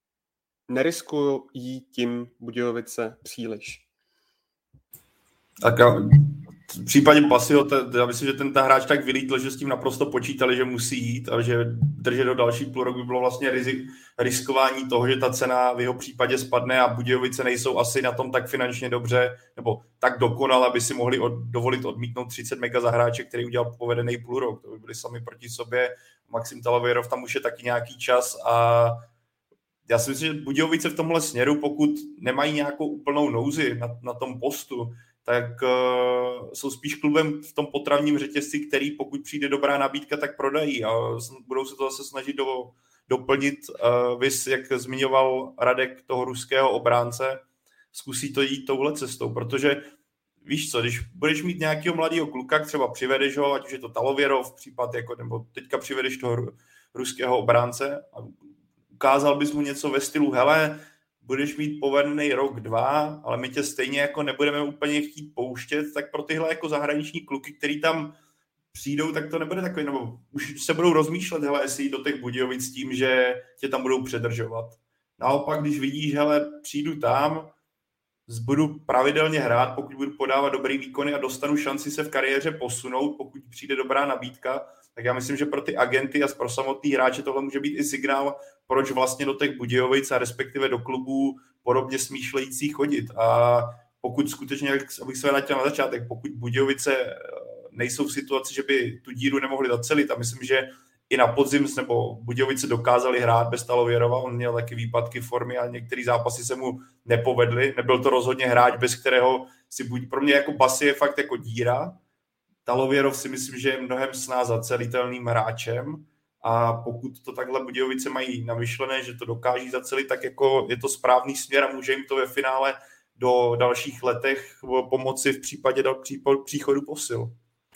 neriskují tím Budějovice příliš? Tak já, v případě Basiho, já myslím, že ten ta hráč tak vylítl, že s tím naprosto počítali, že musí jít a že držet do další půl roku by bylo vlastně rizik, riskování toho, že ta cena v jeho případě spadne a Budějovice nejsou asi na tom tak finančně dobře, nebo tak dokonale, aby si mohli od, dovolit odmítnout třicet mega za hráče, který udělal povedený půl rok. To by byli sami proti sobě. Maxim Talověrov tam už je taky nějaký čas a já si myslím, že Budějovice v tomhle směru, pokud nemají nějakou úplnou nouzi na, na tom postu, tak uh, jsou spíš klubem v tom potravním řetězci, který pokud přijde dobrá nabídka, tak prodají a budou se to zase snažit do, doplnit. Uh, vys, jak zmiňoval Radek toho ruského obránce, zkusí to jít touhle cestou, protože víš co, když budeš mít nějakého mladého kluka, třeba přivedeš ho, ať už je to Talověrov případ, jako, nebo teďka přivedeš toho ruského obránce a ukázal bys mu něco ve stylu, hele, budeš mít povedený rok, dva, ale my tě stejně jako nebudeme úplně chtít pouštět, tak pro tyhle jako zahraniční kluky, který tam přijdou, tak to nebude takový, nebo už se budou rozmýšlet, hele, jestli jít do těch Budějovic s tím, že tě tam budou předržovat. Naopak, když vidíš, hele, přijdu tam, budu pravidelně hrát, pokud budu podávat dobrý výkony a dostanu šanci se v kariéře posunout, pokud přijde dobrá nabídka, tak já myslím, že pro ty agenty a pro samotný hráče tohle může být i signál, proč vlastně do těch Budějovic a respektive do klubů podobně smýšlející chodit. A pokud skutečně, abych se vrátil na začátek, pokud Budějovice nejsou v situaci, že by tu díru nemohli zacelit a myslím, že i na podzim nebo Budějovice dokázali hrát bez Talověrova, on měl taky výpadky formy a některé zápasy se mu nepovedly. Nebyl to rozhodně hráč, bez kterého si buď, pro mě jako Basi je fakt jako díra. Talověrov si myslím, že je mnohem snáz zacelitelným hráčem a pokud to takhle Budějovice mají namyšlené, že to dokáží zacelit, tak jako je to správný směr a může jim to ve finále do dalších letech pomoci v případě do příchodu posil.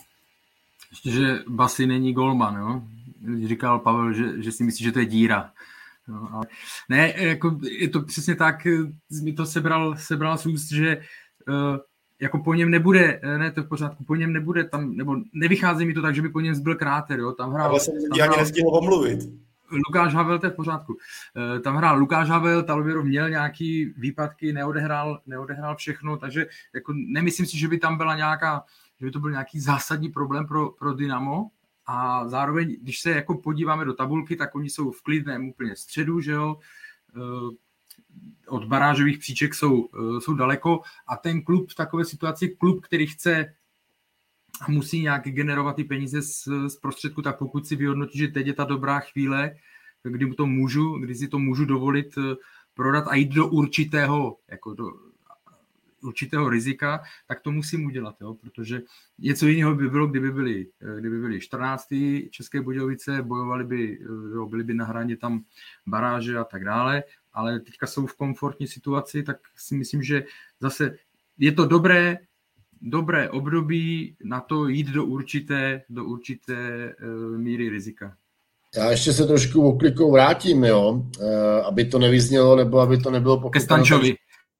Ještě, že Basi není golman, jo? Říkal Pavel, že, že si myslí, že to je díra. No, ale ne, jako je to přesně tak, mi to sebral, sebral z úst, že uh, jako po něm nebude, ne, to v pořádku, po něm nebude tam, nebo nevychází mi to tak, že by po něm zbyl kráter, jo, tam hrál... Ale jsem ti ani nestihl omluvit. Lukáš Havel, to je v pořádku. Uh, tam hrál Lukáš Havel, Talověrov měl nějaký výpadky, neodehrál, neodehrál všechno, takže jako nemyslím si, že by tam byla nějaká, že by to byl nějaký zásadní problém pro, pro Dynamo. A zároveň, když se jako podíváme do tabulky, tak oni jsou v klidném úplně středu, že jo. od barážových příček jsou, jsou daleko a ten klub v takové situaci, klub, který chce a musí nějak generovat ty peníze z, z prostředku, tak pokud si vyhodnotí, že teď je ta dobrá chvíle, kdy to můžu, kdy si to můžu dovolit prodat a jít do určitého, jako do určitého rizika, tak to musím udělat, jo? Protože něco jiného by bylo, kdyby byli, kdyby byli čtrnáctý České Budějovice, bojovali by, jo, byli by na hraně tam baráže a tak dále, ale teďka jsou v komfortní situaci, tak si myslím, že zase je to dobré, dobré období na to jít do určité, do určité uh, míry rizika. Já ještě se trošku oklikou vrátím, jo, e, aby to nevyznělo, nebo aby to nebylo pochopeno. Ke Stančovi.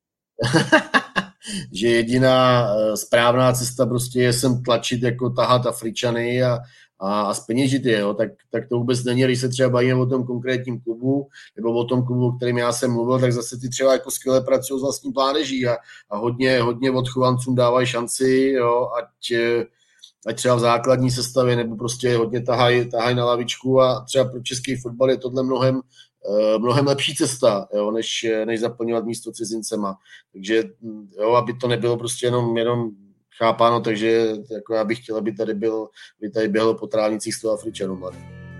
Že jediná správná cesta prostě je sem tlačit, jako tahat Afričany a, a, a zpeněžit je, jo? Tak, tak to vůbec není, když se třeba bavíme o tom konkrétním klubu, nebo o tom klubu, o kterém já jsem mluvil, tak zase ty třeba jako skvěle pracují s vlastní pládeží a, a hodně, hodně odchovancům dávají šanci, jo? Ať, ať třeba v základní sestavě, nebo prostě hodně tahají tahaj na lavičku a třeba pro český fotbal je tohle mnohem mnohem lepší cesta, jo, než, než zaplňovat místo cizincema. Takže, jo, aby to nebylo prostě jenom, jenom chápáno, takže jako já bych chtěl, aby tady byl, aby tady běhlo po trávnicích sto Afričanů mladých.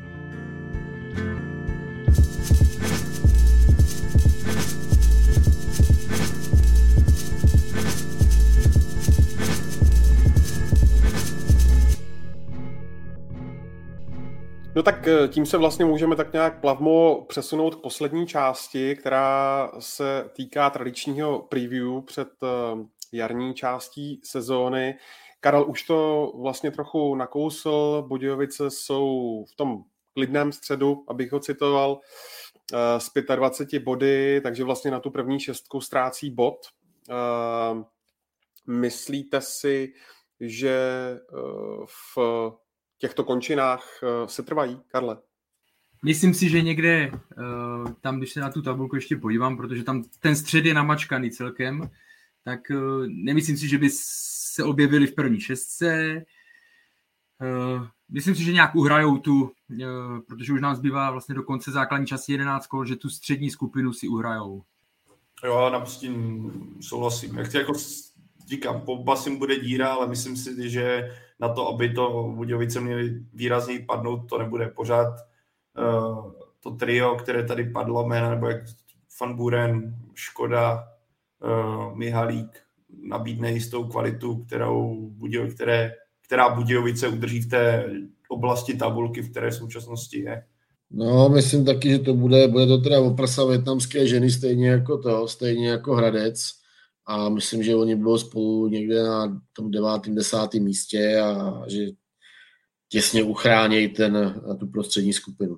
No tak tím se vlastně můžeme tak nějak plavmo přesunout k poslední části, která se týká tradičního preview před jarní částí sezóny. Karel už to vlastně trochu nakousl, Budějovice jsou v tom klidném středu, abych ho citoval, s dvaceti pěti body, takže vlastně na tu první šestku ztrácí bod. Myslíte si, že v těchto končinách se trvají, Karle? Myslím si, že někde tam, když se na tu tabulku ještě podívám, protože tam ten střed je namačkaný celkem, tak nemyslím si, že by se objevili v první šestce. Myslím si, že nějak uhrajou tu, protože už nám zbývá vlastně do konce základní části jedenáct kol, že tu střední skupinu si uhrajou. Jo, naprosto souhlasím. Jak jako říkám, po Basim bude díra, ale myslím si, že na to, aby to Budějovice měli výrazněji padnout, to nebude pořád. Uh, to trio, které tady padlo, jména, nebo jak Van Buren, Škoda, uh, Mihalík, nabídne jistou kvalitu, kterou Budějo, které, která Budějovice udrží v té oblasti tabulky, v které v současnosti je. No, myslím taky, že to bude, bude to teda oprasa vietnamské ženy, stejně jako to, stejně jako Hradec. A myslím, že oni budou spolu někde na tom devátém, desátém místě a že těsně uchránějí ten, tu prostřední skupinu.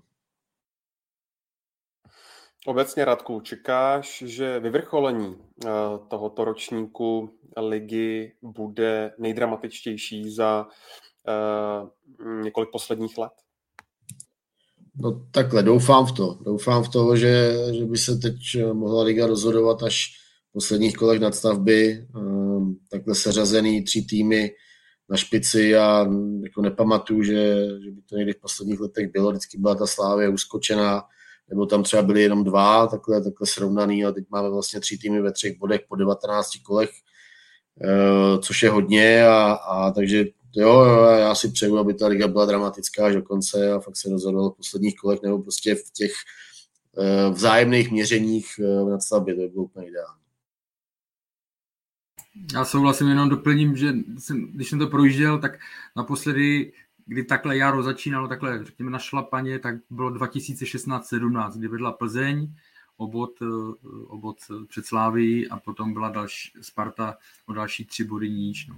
Obecně, Radku, čekáš, že vyvrcholení tohoto ročníku ligy bude nejdramatičtější za uh, několik posledních let? No takhle, doufám v to. Doufám v to, že, že by se teď mohla liga rozhodovat až v posledních kolech nadstavby. Takhle seřazený tři týmy na špici a jako nepamatuju, že, že by to někdy v posledních letech bylo. Vždycky byla ta Slávia uskočená, nebo tam třeba byly jenom dva, takhle, takhle srovnaný, a teď máme vlastně tři týmy ve třech bodech po devatenácti kolech, což je hodně, a, a takže jo, já si přeju, aby ta liga byla dramatická až do konce a fakt se rozhodoval v posledních kolech nebo prostě v těch vzájemných měřeních v nadstavbě, to by bylo úplně ideální. Já souhlasím, jenom doplním, že jsem, když jsem to projížděl, tak naposledy, kdy takhle jaro začínalo, takhle řekněme na šlapaně, tak bylo dva tisíce šestnáct sedmnáct, kdy vedla Plzeň, obod, obod před Slávií a potom byla další Sparta o další tři body níž. No.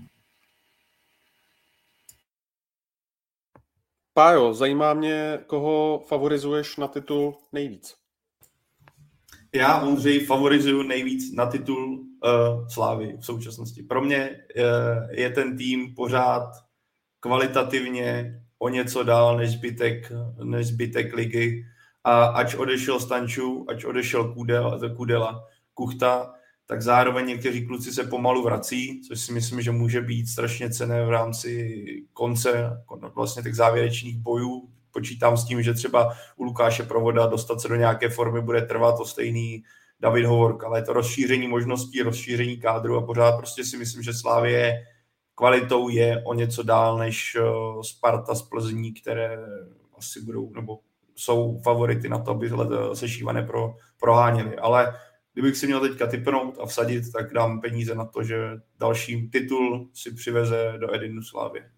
Pájo, zajímá mě, koho favorizuješ na titul nejvíc? Já, Ondřej, favorizuju nejvíc na titul uh, Slávy v současnosti. Pro mě uh, je ten tým pořád kvalitativně o něco dál než zbytek, než zbytek ligy. A ač odešel Stanču, ač odešel Kudela, Kudela, Kuchta, tak zároveň někteří kluci se pomalu vrací, což si myslím, že může být strašně cenné v rámci konce vlastně těch závěrečných bojů. Počítám s tím, že třeba u Lukáše Provoda dostat se do nějaké formy bude trvat, to stejný David Hovorka, ale je to rozšíření možností, rozšíření kádru a pořád prostě si myslím, že Slavie kvalitou je o něco dál než Sparta z Plzní, které asi budou, nebo jsou favority na to, aby se Šívané pro, proháněli. Ale kdybych si měl teďka tipnout a vsadit, tak dám peníze na to, že další titul si přiveze do Edinu Slavie.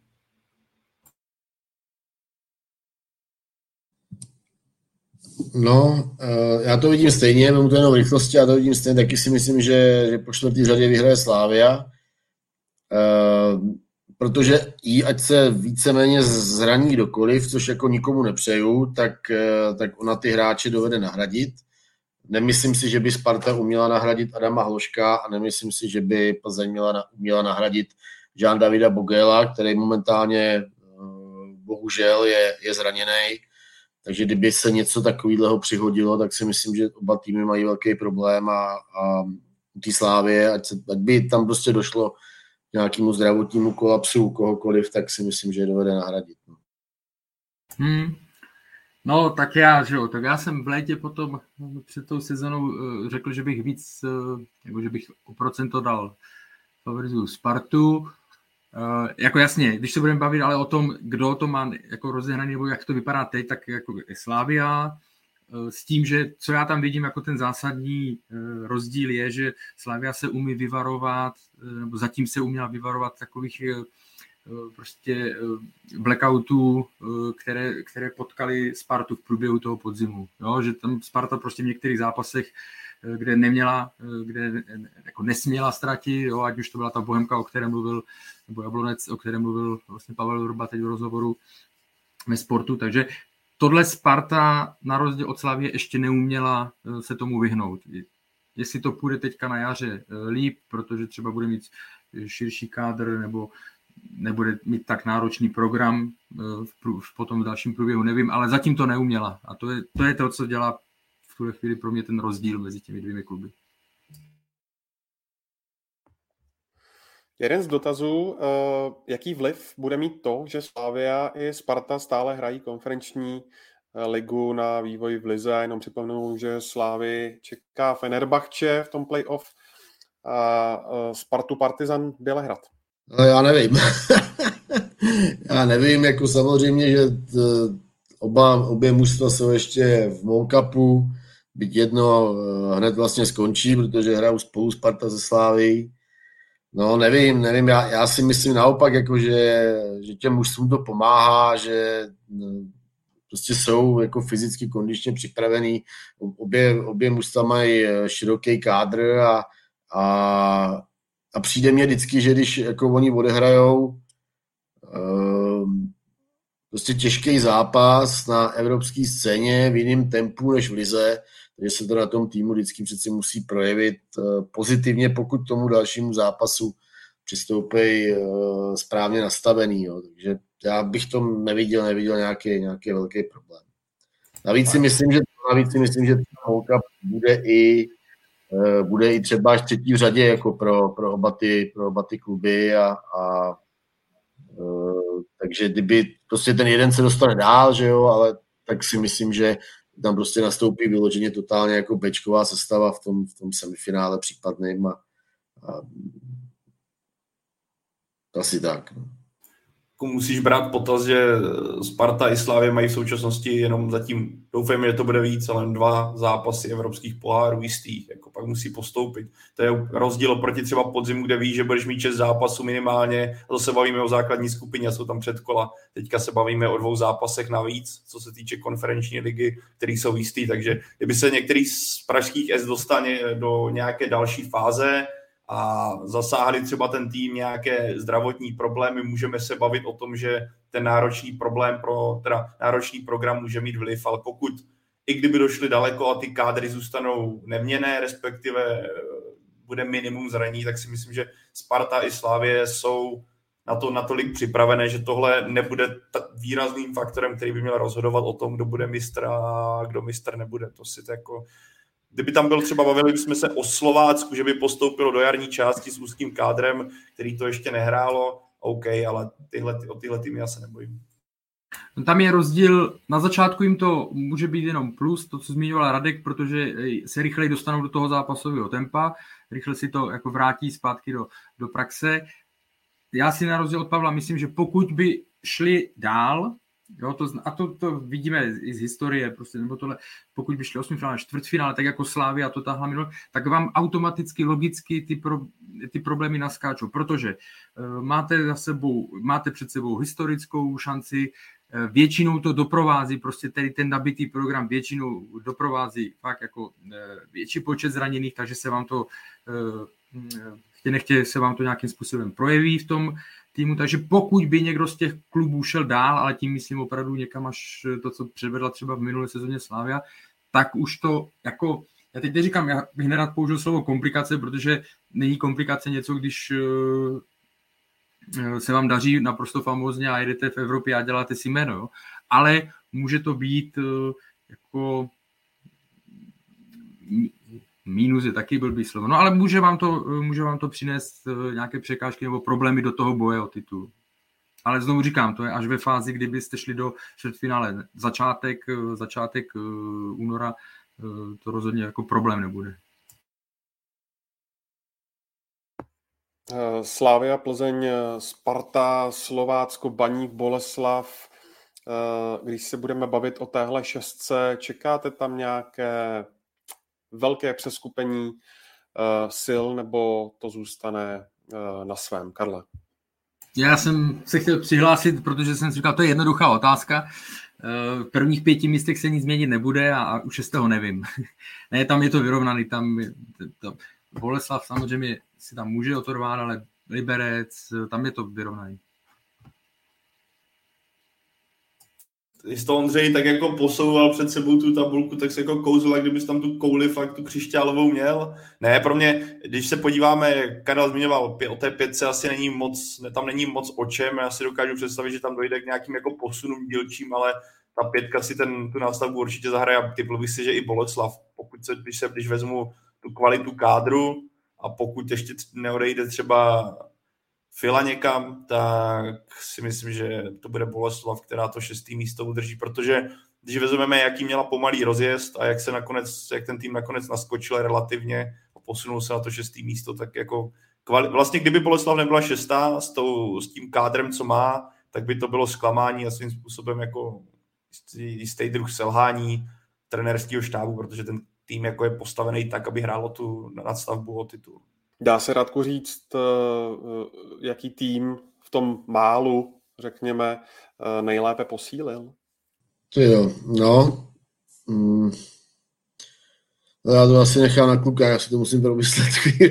No, já to vidím stejně, mám to jenom v rychlosti, já to vidím stejně, taky si myslím, že, že po čtvrtý řadě vyhraje Slavia, protože jí, ať se víceméně zraní kdokoliv, což jako nikomu nepřeju, tak, tak ona ty hráče dovede nahradit. Nemyslím si, že by Sparta uměla nahradit Adama Hloška a nemyslím si, že by Plzeň měla, uměla nahradit Jean-Davida Bogela, který momentálně bohužel je, je zraněný. Takže kdyby se něco takového přihodilo, tak si myslím, že oba týmy mají velký problém a, a u té Slávie, ať, se, ať by tam prostě došlo nějakému zdravotnímu kolapsu kohokoliv, tak si myslím, že je dovede nahradit. No. Hmm. No, tak já, že jo, tak já jsem v létě potom před tou sezonou řekl, že bych víc, nebo že bych o procento dal favorizuju Spartu. Uh, jako jasně, když se budeme bavit ale o tom, kdo to má jako rozehraný, nebo jak to vypadá teď, tak jako je Slavia, uh, s tím, že co já tam vidím jako ten zásadní uh, rozdíl je, že Slavia se umí vyvarovat, uh, nebo zatím se uměla vyvarovat takových uh, prostě blackoutů, které, které potkali Spartu v průběhu toho podzimu. Jo, že tam Sparta prostě v některých zápasech, kde neměla, kde jako nesměla ztratit, jo, ať už to byla ta Bohemka, o kterém mluvil, nebo Jablonec, o kterém mluvil vlastně Pavel Vrba teď v rozhovoru ve Sportu, takže tohle Sparta na rozdíl od Slavie ještě neuměla se tomu vyhnout. Jestli to půjde teďka na jaře líp, protože třeba bude mít širší kádr, nebo nebude mít tak náročný program v prů, potom v dalším průběhu, nevím, ale zatím to neuměla. A to je, to je to, co dělá v tuhle chvíli pro mě ten rozdíl mezi těmi dvěmi kluby. Jeden z dotazů, jaký vliv bude mít to, že Slavia i Sparta stále hrají konferenční ligu na vývoj v lize. Jenom připomenu, že Slavii čeká Fenerbahče v tom playoff a Spartu Partizan Bělehrad. No, já nevím. já nevím, jako samozřejmě, že oba, obě mužstva jsou ještě v Molkapu, byť jedno hned vlastně skončí, protože hrajou spolu Sparta ze Slávií. No nevím, nevím, já, já si myslím naopak, jako, že, že těm mužstvům to pomáhá, že prostě jsou jako fyzicky kondičně připravený. Obě, obě mužstva mají široký kádr a, a A přijde mně vždycky, že když jako oni odehrajou um, prostě těžký zápas na evropské scéně v jiném tempu než v lize, takže se to na tom týmu vždycky přeci musí projevit uh, pozitivně, pokud tomu dalšímu zápasu přistoupí uh, správně nastavený. Jo. Takže já bych to neviděl, neviděl nějaký, nějaký velký problém. Navíc si myslím, že, navíc si myslím, že ta holka bude i bude i třeba až třetí v řadě jako pro, pro, oba, ty, pro oba ty kluby a, a uh, takže kdyby prostě ten jeden se dostane dál, že jo, ale tak si myslím, že tam prostě nastoupí vyloženě totálně jako bečková sestava v tom, v tom semifinále případným a, a asi tak. Musíš brát potaz, že Sparta i Slavie mají v současnosti jenom zatím, doufejme, že to bude víc, ale dva zápasy evropských pohárů jistých, jako pak musí postoupit. To je rozdíl oproti třeba podzimu, kde víš, že budeš mít šest zápasů minimálně, a zase bavíme o základní skupině a jsou tam předkola. Teďka se bavíme o dvou zápasech navíc, co se týče konferenční ligy, který jsou jistý, takže kdyby se některý z pražských S dostane do nějaké další fáze, a zasáhli třeba ten tým nějaké zdravotní problémy, můžeme se bavit o tom, že ten náročný problém pro, teda náročný program může mít vliv, ale pokud i kdyby došli daleko a ty kádry zůstanou neměnné, respektive bude minimum zranění, tak si myslím, že Sparta i Slavie jsou na to natolik připravené, že tohle nebude výrazným faktorem, který by měl rozhodovat o tom, kdo bude mistr a kdo mistr nebude. To si to jako... Kdyby tam byl třeba, bavili bychom se o Slovácku, že by postoupilo do jarní části s úzkým kádrem, který to ještě nehrálo, OK, ale tyhle, o tyhle týmy já se nebojím. No, tam je rozdíl, na začátku jim to může být jenom plus, to, co zmiňoval Radek, protože se rychleji dostanou do toho zápasového tempa, rychle si to jako vrátí zpátky do, do praxe. Já si na rozdíl od Pavla myslím, že pokud by šli dál, jo, to, a to, to vidíme i z historie, prostě, nebo tohle, pokud by šli osmifinále, čtvrtfinále, tak jako Slavia to tahla minul, tak vám automaticky, logicky ty, pro, ty problémy naskáčou, protože uh, máte za sebou, máte před sebou historickou šanci, uh, většinou to doprovází, prostě tedy ten nabitý program většinou doprovází fakt jako uh, větší počet zraněných, takže se vám to uh, chtě nechtě se vám to nějakým způsobem projeví v tom týmu, takže pokud by někdo z těch klubů šel dál, ale tím myslím opravdu někam až to, co předvedla třeba v minulé sezóně Slavia, tak už to jako, já teď neříkám, já bych nerad použil slovo komplikace, protože není komplikace něco, když se vám daří naprosto famózně a jedete v Evropě a děláte si jméno, jo? Ale může to být jako mínus je taky blbý slovo. No ale může vám to, může vám to přinést nějaké překážky nebo problémy do toho boje o titul. Ale znovu říkám, to je až ve fázi, kdybyste šli do čtvrtfinále. Začátek, začátek února to rozhodně jako problém nebude. Slavia, Plzeň, Sparta, Slovácko, Baník, Boleslav. Když se budeme bavit o téhle šestce, čekáte tam nějaké velké přeskupení uh, sil, nebo to zůstane uh, na svém? Karle? Já jsem se chtěl přihlásit, protože jsem si říkal, to je jednoduchá otázka. Uh, v prvních pěti místech se nic změnit nebude a, a u šestého nevím. Ne, tam je to vyrovnaný, tam je, to, Boleslav samozřejmě si tam může otorvát, ale Liberec, tam je to vyrovnaný. Když to Ondřej tak jako posouval před sebou tu tabulku, tak se jako kouzl, jak kdybys tam tu kouli fakt tu křišťálovou měl. Ne, pro mě, když se podíváme, Karel zmiňoval, o té pětce asi není moc, ne, tam není moc o čem, já si dokážu představit, že tam dojde k nějakým jako posunům dílčím, ale ta pětka si ten, tu nástavbu určitě zahraje a typl bych si, že i Boleslav, pokud se, když se, když vezmu tu kvalitu kádru a pokud ještě neodejde třeba Fila někam, tak si myslím, že to bude Boleslav, která to šestý místo udrží, protože když vezmeme, jaký měla pomalý rozjezd a jak se nakonec, jak ten tým nakonec naskočil relativně a posunul se na to šestý místo, tak jako kvali... vlastně kdyby Boleslav nebyla šestá s, tou, s tím kádrem, co má, tak by to bylo zklamání a svým způsobem jako jistý druh selhání trenérského štábu, protože ten tým jako je postavený tak, aby hrálo tu nadstavbu o titul. Dá se, Radku, říct, jaký tým v tom málu, řekněme, nejlépe posílil? Ty jo, no. Mm. Já to asi nechám na kluka, já si to musím promyslet.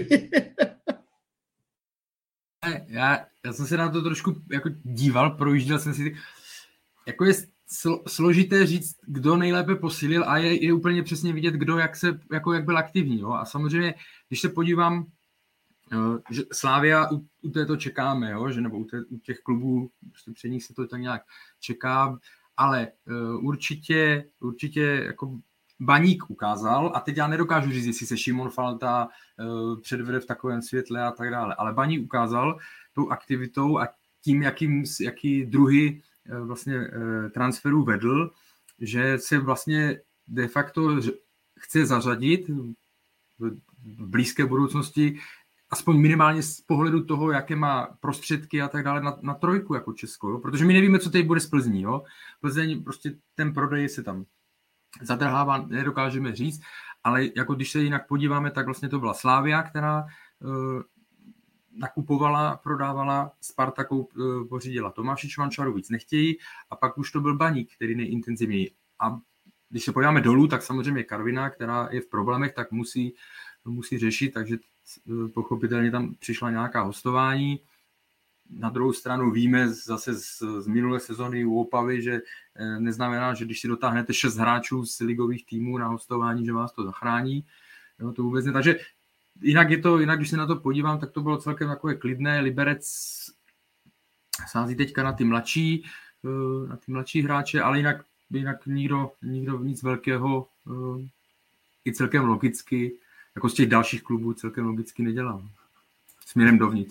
já, já jsem se na to trošku jako díval, projížděl jsem si, jako je složité říct, kdo nejlépe posílil a je, je úplně přesně vidět, kdo jak, se, jako jak byl aktivní. Jo? A samozřejmě, když se podívám, že Slavia u, u této čekáme, jo? Že, nebo u, té, u těch klubů, prostě před nich se to tak nějak čeká, ale uh, určitě, určitě jako Baník ukázal, a teď já nedokážu říct, jestli se Šimon Falta uh, předvede v takovém světle a tak dále, ale Baník ukázal tou aktivitou a tím, jakým, jaký druhy uh, vlastně uh, transferů vedl, že se vlastně de facto chce zařadit v blízké budoucnosti aspoň minimálně z pohledu toho, jaké má prostředky a tak dále na, na trojku jako Česko, jo? Protože my nevíme, co teď bude z Plzní. Jo? Plzeň, prostě ten prodej se tam zadrhává, nedokážeme říct, ale jako když se jinak podíváme, tak vlastně to byla Slavia, která uh, nakupovala, prodávala, Sparta uh, pořídila Tomášič, Vančaru víc nechtějí a pak už to byl Baník, který nejintenzivněji. A když se podíváme dolů, tak samozřejmě Karviná, která je v problémech, tak musí, musí řešit, takže pochopitelně tam přišla nějaká hostování. Na druhou stranu víme zase z, z minulé sezony u Opavy, že neznamená, že když si dotáhnete šest hráčů z ligových týmů na hostování, že vás to zachrání. Jo, to vůbec ne. Takže jinak je to, jinak když se na to podívám, tak to bylo celkem takové klidné. Liberec sází teďka na ty mladší, na ty mladší hráče, ale jinak, jinak nikdo, nikdo nic velkého i celkem logicky jako z těch dalších klubů celkem logicky nedělal. Směrem dovnitř.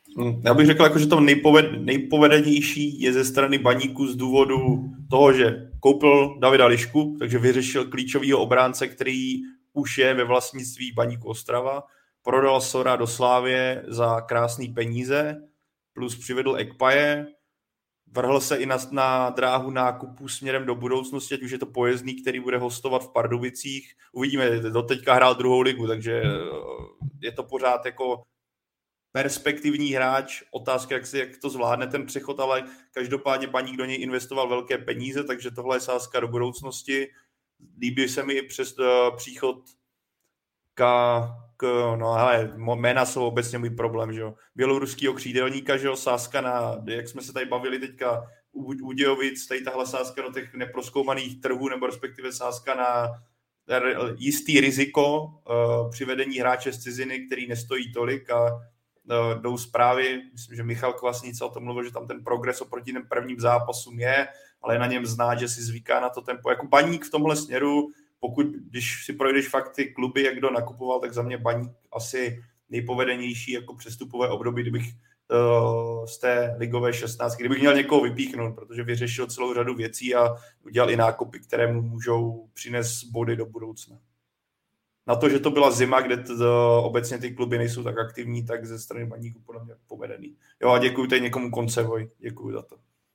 Já bych řekl, jako, že to nejpoved, nejpovedenější je ze strany Baníku z důvodu toho, že koupil Davida Lišku, takže vyřešil klíčovýho obránce, který už je ve vlastnictví Baníku Ostrava, prodal Sora do Slávie za krásný peníze, plus přivedl Ekpaje, vrhl se i na, na dráhu nákupu směrem do budoucnosti, ať už je to Pojezdný, který bude hostovat v Pardubicích. Uvidíme, doteďka hrál druhou ligu, takže je to pořád jako perspektivní hráč, otázka, jak, si, jak to zvládne ten přechod, ale každopádně Baník do něj investoval velké peníze, takže tohle je sázka do budoucnosti. Líbí se mi i přes uh, příchod k, k no hele, jména jsou obecně můj problém, že jo. Běloruskýho křídelníka, že jo, sázka na, jak jsme se tady bavili teďka u Budějovic, tady tahle sázka do těch neprozkoumaných trhů, nebo respektive sázka na jistý riziko uh, přivedení hráče z ciziny, který nestojí tolik a jdou zprávy, myslím, že Michal Kvasnica o tom mluvil, že tam ten progres oproti těm prvním zápasům je, ale je na něm znát, že si zvyká na to tempo. Jako Baník v tomhle směru, pokud, když si projdeš fakt ty kluby, jak kdo nakupoval, tak za mě Baník asi nejpovedenější jako přestupové období, kdybych uh, z té ligové šestnáctky, kdybych měl někoho vypíchnout, protože vyřešil celou řadu věcí a udělal i nákupy, které mu můžou přinést body do budoucna. Na to, že to byla zima, kde t, obecně ty kluby nejsou tak aktivní, tak ze strany Baníku podle mě povedený. Jo a děkuji tady někomu Koncevoj, děkuji za to.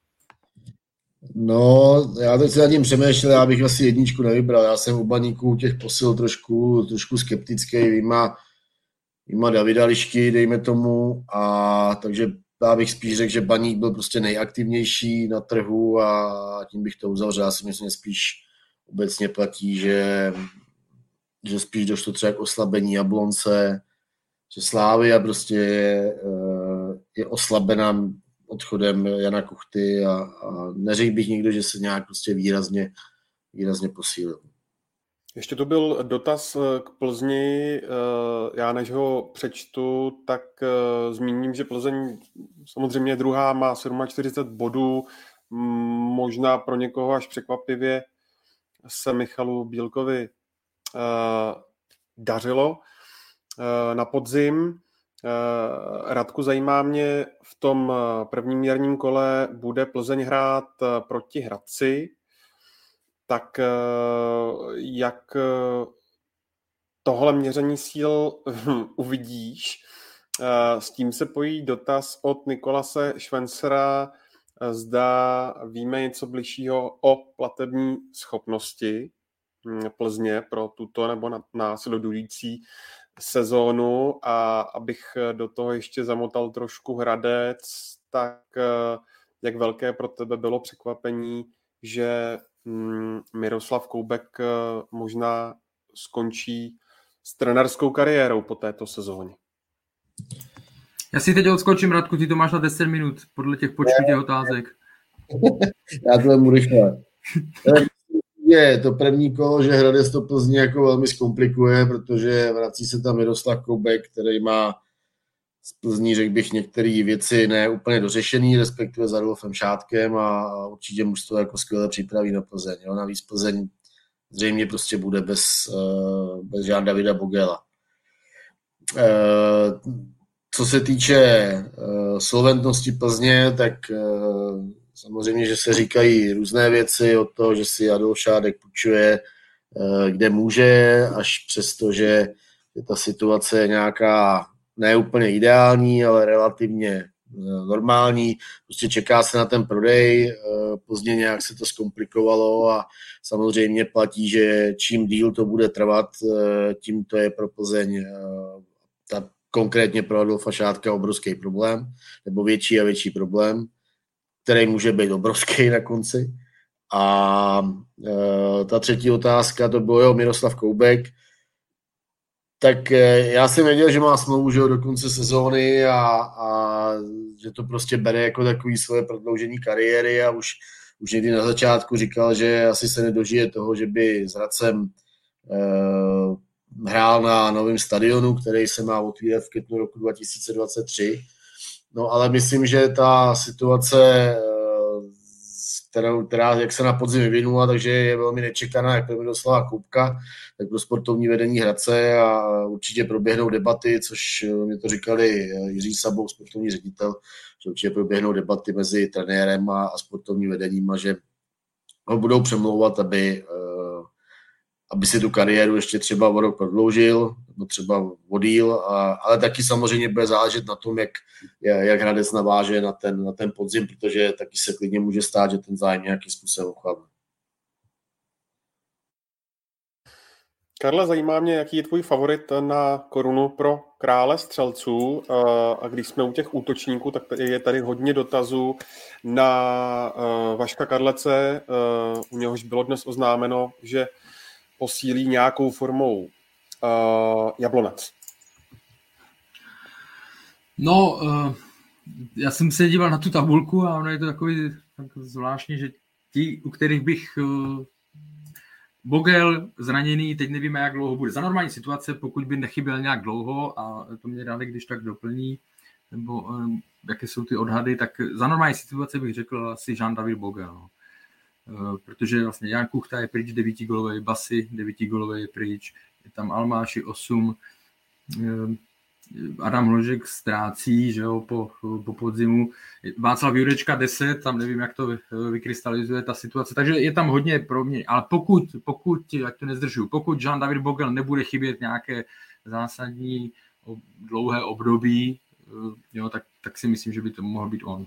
No, já teď se nad tím přemýšlel, já bych asi jedničku nevybral. Já jsem u Baníku těch posil trošku, trošku skeptický, vyjma, vyjma Davida Lišky, dejme tomu, a takže já bych spíš řekl, že Baník byl prostě nejaktivnější na trhu a tím bych to uzavřel. Já si myslím, že spíš obecně platí, že že spíš došlo třeba k oslabení Jablonce, že Slávia prostě je, je oslabená odchodem Jana Kuchty a, a neřekl bych nikdo, že se nějak prostě výrazně, výrazně posílil. Ještě to byl dotaz k Plzni. Já než ho přečtu, tak zmíním, že Plzeň samozřejmě druhá má čtyřicet sedm bodů, možná pro někoho až překvapivě se Michalu Bílkovi Uh, dařilo uh, na podzim. Uh, Radku, zajímá mě, v tom prvním jarním kole bude Plzeň hrát uh, proti Hradci, tak uh, jak uh, tohle měření síl uvidíš? Uh, s tím se pojí dotaz od Nikolase Švencera, uh, zda víme něco bližšího o platební schopnosti Plzně pro tuto nebo na následující sezónu, a abych do toho ještě zamotal trošku Hradec, tak jak velké pro tebe bylo překvapení, že Miroslav Koubek možná skončí s trenérskou kariérou po této sezóně? Já si teď odskočím, Radku, ty to máš na deset minut, podle těch počtu těch otázek. Já to vemu rychle. Je to první kolo, že Hradec to Plzni jako velmi zkomplikuje, protože vrací se tam Miroslav Koubek, který má z Plzní, řekl bych, některé věci ne úplně dořešený, respektive s Adolfem Šátkem, a určitě mužstvo jako skvěle připraví na Plzeň. Jo? Navíc Plzeň zřejmě prostě bude bez, bez Žán Davida Bogela. Co se týče solventnosti Plzně, tak samozřejmě, že se říkají různé věci od toho, že si Adolf Šádek půjčuje, kde může, až přesto, že ta situace je nějaká ne úplně ideální, ale relativně normální. Prostě čeká se na ten prodej, pozdě nějak se to zkomplikovalo a samozřejmě platí, že čím díl to bude trvat, tím to je pro Plzeň, ta, konkrétně pro Adolfa Šádka, obrovský problém, nebo větší a větší problém, který může být obrovský na konci. A e, ta třetí otázka, to byl jo, Miroslav Koubek. Tak e, já jsem věděl, že má smlouvu, že jo, do konce sezóny a, a že to prostě bere jako takový svoje prodloužení kariéry a už, už někdy na začátku říkal, že asi se nedožije toho, že by s Hradcem e, hrál na novém stadionu, který se má otvírat v květnu roku dva tisíce dvacet tři. No ale myslím, že ta situace která, která jak se na podzim vyvinula, takže je velmi nečekaná, jak pro Miroslava Koubka, tak pro sportovní vedení Hradce a určitě proběhnou debaty, což mě to říkali Jiří Sabou, sportovní ředitel, že určitě proběhnou debaty mezi trenérem a, a sportovním vedením a že ho budou přemlouvat, aby, aby si tu kariéru ještě třeba o rok prodloužil, nebo třeba odjel, ale taky samozřejmě bude záležet na tom, jak, jak Hradec naváže na ten, na ten podzim, protože taky se klidně může stát, že ten zájem nějakým způsobem ochladne. Karle, zajímá mě, jaký je tvůj favorit na korunu pro krále střelců. A když jsme u těch útočníků, tak je tady hodně dotazů na Vaška Kadlece. U něhož bylo dnes oznámeno, že posílí nějakou formou Jablonec. No, já jsem se díval na tu tabulku a ono je to takový tak zvláštní, že ti, u kterých bych Bogel zraněný, teď nevíme, jak dlouho bude. Za normální situace, pokud by nechyběl nějak dlouho, a to mě rádi, když tak doplní, nebo um, jaké jsou ty odhady, tak za normální situace bych řekl asi Jean-David Bogel. No. Uh, protože vlastně Jan Kuchta je pryč, devítigolový, Basy, devítigolový je pryč, je tam Almáši osm, uh, Adam Hložek ztrácí, že jo, po, po podzimu. Václav Jurečka deset, tam nevím, jak to vykrystalizuje ta situace, takže je tam hodně pro mě, ale pokud, pokud, jak to nezdržuju, pokud Jean-David Bogel nebude chybět nějaké zásadní dlouhé období, jo, tak, tak si myslím, že by to mohl být on.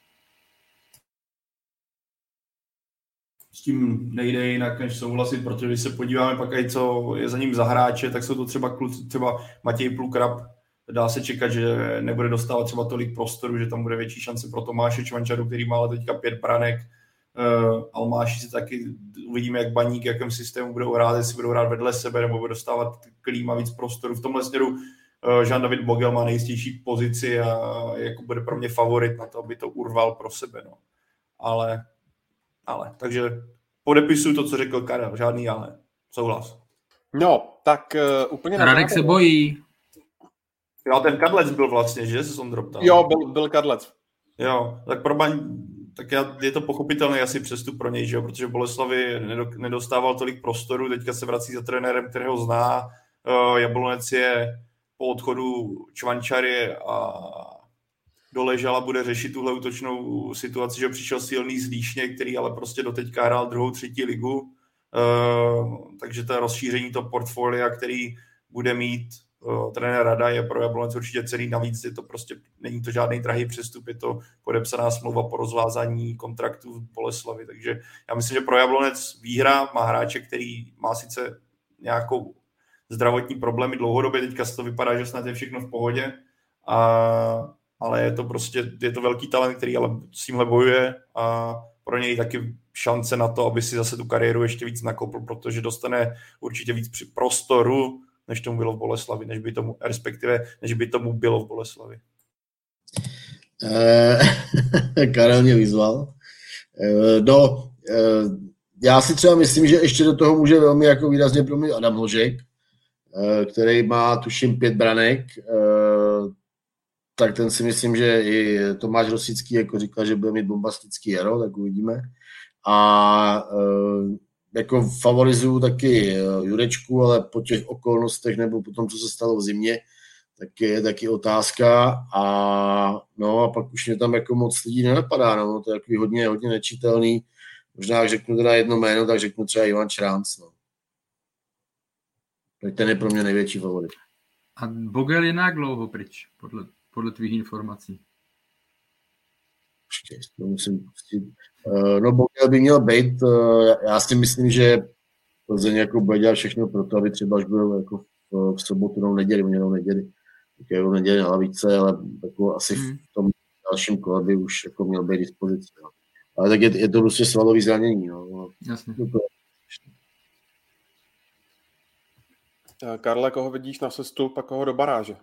S tím nejde jinak, než souhlasit, protože když se podíváme pak i co je za ním za hráče, tak jsou to třeba kluci, třeba Matěj Plukrab. Dá se čekat, že nebude dostávat třeba tolik prostoru, že tam bude větší šance pro Tomáše Čvančaru, který má teďka pět branek. Uh, Almáši si taky uvidíme, jak Baník, jakém systému budou hrát, jestli budou hrát vedle sebe, nebo budou dostávat Klíma víc prostoru. V tomhle směru uh, Jean-David Bogel má nejistější pozici a jako bude pro mě favorit na to, aby to urval pro sebe. No. Ale, ale, takže podepisuju to, co řekl Karel, žádný ale. Souhlas. No, tak uh, úplně... Radek se bojí. Jo, ten Kadlec byl vlastně, že? Se jsem droptal. Jo, byl, byl Kadlec. Jo, tak pro Baň, tak já, je to pochopitelný asi přestup pro něj, že jo? Protože Boleslavi nedostával tolik prostoru, teďka se vrací za trenérem, kterého zná. Uh, Jablonec je po odchodu Čvančary a Doležala bude řešit tuhle útočnou situaci, že přišel silný z Líšně, který ale prostě doteďka hrál druhou, třetí ligu. Uh, takže to rozšíření toho portfolia, který bude mít uh, trenér Rada, je pro Jablonec určitě celý. Navíc je to prostě, není to žádný drahý přestup, je to podepsaná smlouva po rozvázání kontraktu v Boleslavi. Takže já myslím, že pro Jablonec výhra, má hráče, který má sice nějakou zdravotní problémy dlouhodobě, teďka to vypadá, že snad je všechno v pohodě, a, ale je to prostě, je to velký talent, který ale s tímhle bojuje a pro něj taky šance na to, aby si zase tu kariéru ještě víc nakopl, protože dostane určitě víc při prostoru, než tomu bylo v Boleslavi, než by tomu, respektive, než by tomu bylo v Boleslavi. Eh, Karel mě vyzval. Eh, no, eh, já si třeba myslím, že ještě do toho může velmi jako výrazně promluvit Adam Hložek, eh, který má tuším pět branek, eh, tak ten si myslím, že i Tomáš Rosický jako říkal, že bude mít bombastický jaro, tak uvidíme. A e, jako favorizuju taky Jurečku, ale po těch okolnostech nebo po tom, co se stalo v zimě, tak je taky otázka. A no a pak už mě tam jako moc lidí nenapadá, no, to je takový hodně, hodně nečitelný. Možná, jak řeknu teda jedno jméno, tak řeknu třeba Ivan Šránc, no. Tak ten je pro mě největší favorit. A Bogel je nějak dlouho pryč, podle, podle tvých informací? Ještě, to musím pustit. No, Bogel by měl být. Já si myslím, že Plzeň jako bude dělat všechno pro to, aby třeba až byl jako v, v sobotu nebo neděli, měl neděli, tak jako neděli na lavice, ale jako asi hmm. v tom dalším kole by už jako měl být dispozici. No. Ale tak je, je to prostě svalový zranění. No. Jasně. Karle, koho vidíš na sestup a koho do baráže?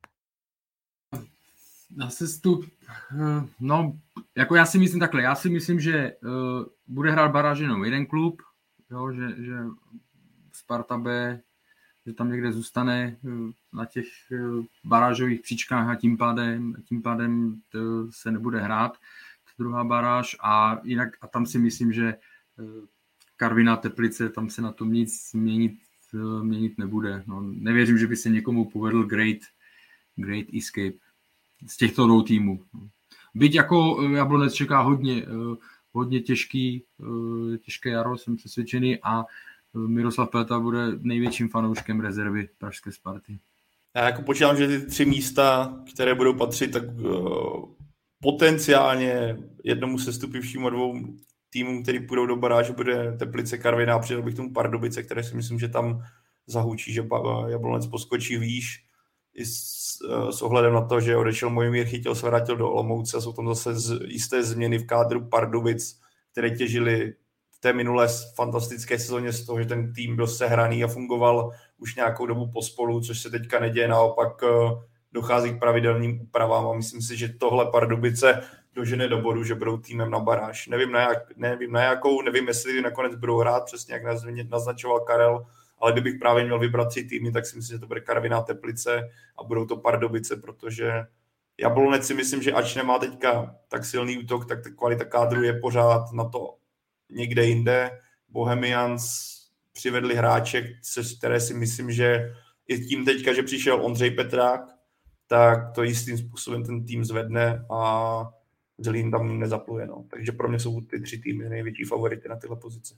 Na sestup, no, jako já si myslím takhle, já si myslím, že uh, bude hrát baráž jenom jeden klub, jo, že, že Sparta B, že tam někde zůstane uh, na těch uh, barážových příčkách a tím pádem, tím pádem to se nebude hrát. druhá baráž a jinak a tam si myslím, že Karviná Teplice, tam se na tom nic měnit, měnit nebude. No, nevěřím, že by se někomu povedl great, great escape z těchto dvou týmů. Byť jako Jablonec čeká hodně, hodně těžký, těžké jaro, jsem přesvědčený a Miroslav Pelta bude největším fanouškem rezervy pražské Sparty. Já jako počítám, že ty tři místa, které budou patřit, tak uh, potenciálně jednomu sestupivšímu dvou týmům, který půjdou do baráže, bude Teplice, Karviná a přidal bych tomu Pardubice, které si myslím, že tam zahučí, že Jablonec poskočí výš i s, uh, s ohledem na to, že odešel Mojmír Chytil, se vrátil do Olomouce a jsou tam zase z, jisté změny v kádru Pardubic, které těžily v té minulé fantastické sezóně z toho, že ten tým byl sehraný a fungoval už nějakou dobu pospolu, což se teďka neděje, naopak dochází k pravidelným úpravám a myslím si, že tohle Pardubice dožene do bodu, že budou týmem na baráž. Nevím na, jak, nevím na jakou, nevím, jestli nakonec budou hrát, přesně jak naznačoval Karel, ale kdybych právě měl vybrat tři týmy, tak si myslím, že to bude Karviná Teplice a budou to Pardubice, protože Jablonec si myslím, že ač nemá teďka tak silný útok, tak ta kvalita kádru je pořád na to někde jinde. Bohemians přivedli hráče, které si myslím, že i tím teďka, že přišel Ondřej Petrák, tak to jistým způsobem ten tým zvedne a Zlín tam nezapluje. No. Takže pro mě jsou ty tři týmy největší favority na tyhle pozice.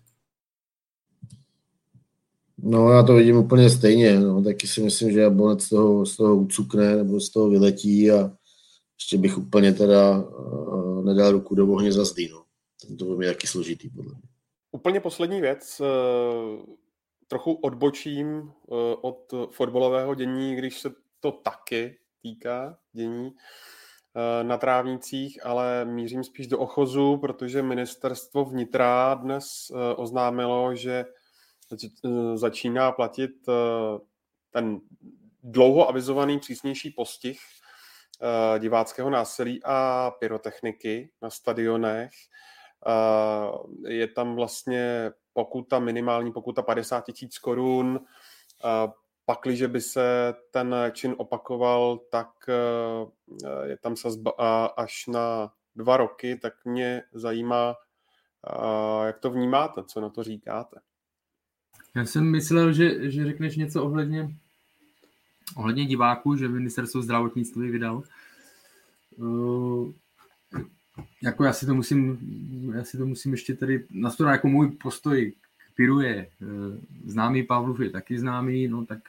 No já to vidím úplně stejně. No. Taky si myslím, že Jablonec z toho, z toho ucukne nebo z toho vyletí a ještě bych úplně teda uh, nedal ruku do ohně za Zlín. No. To by mi taky složitý podle mě. Úplně poslední věc, trochu odbočím od fotbalového dění, když se to taky týká dění na trávnicích, ale mířím spíš do Ochozu, protože ministerstvo vnitra dnes oznámilo, že začíná platit ten dlouho avizovaný přísnější postih diváckého násilí a pyrotechniky na stadionech. Je tam vlastně pokuta, minimální pokuta padesát tisíc korun. Pakliže by se ten čin opakoval, tak je tam sazba až na dva roky, tak mě zajímá, jak to vnímáte, co na to říkáte. Já jsem myslel, že, že řekneš něco ohledně, ohledně diváků, že ministerstvo zdravotnictví vydal. Uh... Jako já si to musím, já si to musím ještě tady nastolit, jako můj postoj k pyru je známý, Pavlov je taky známý, no tak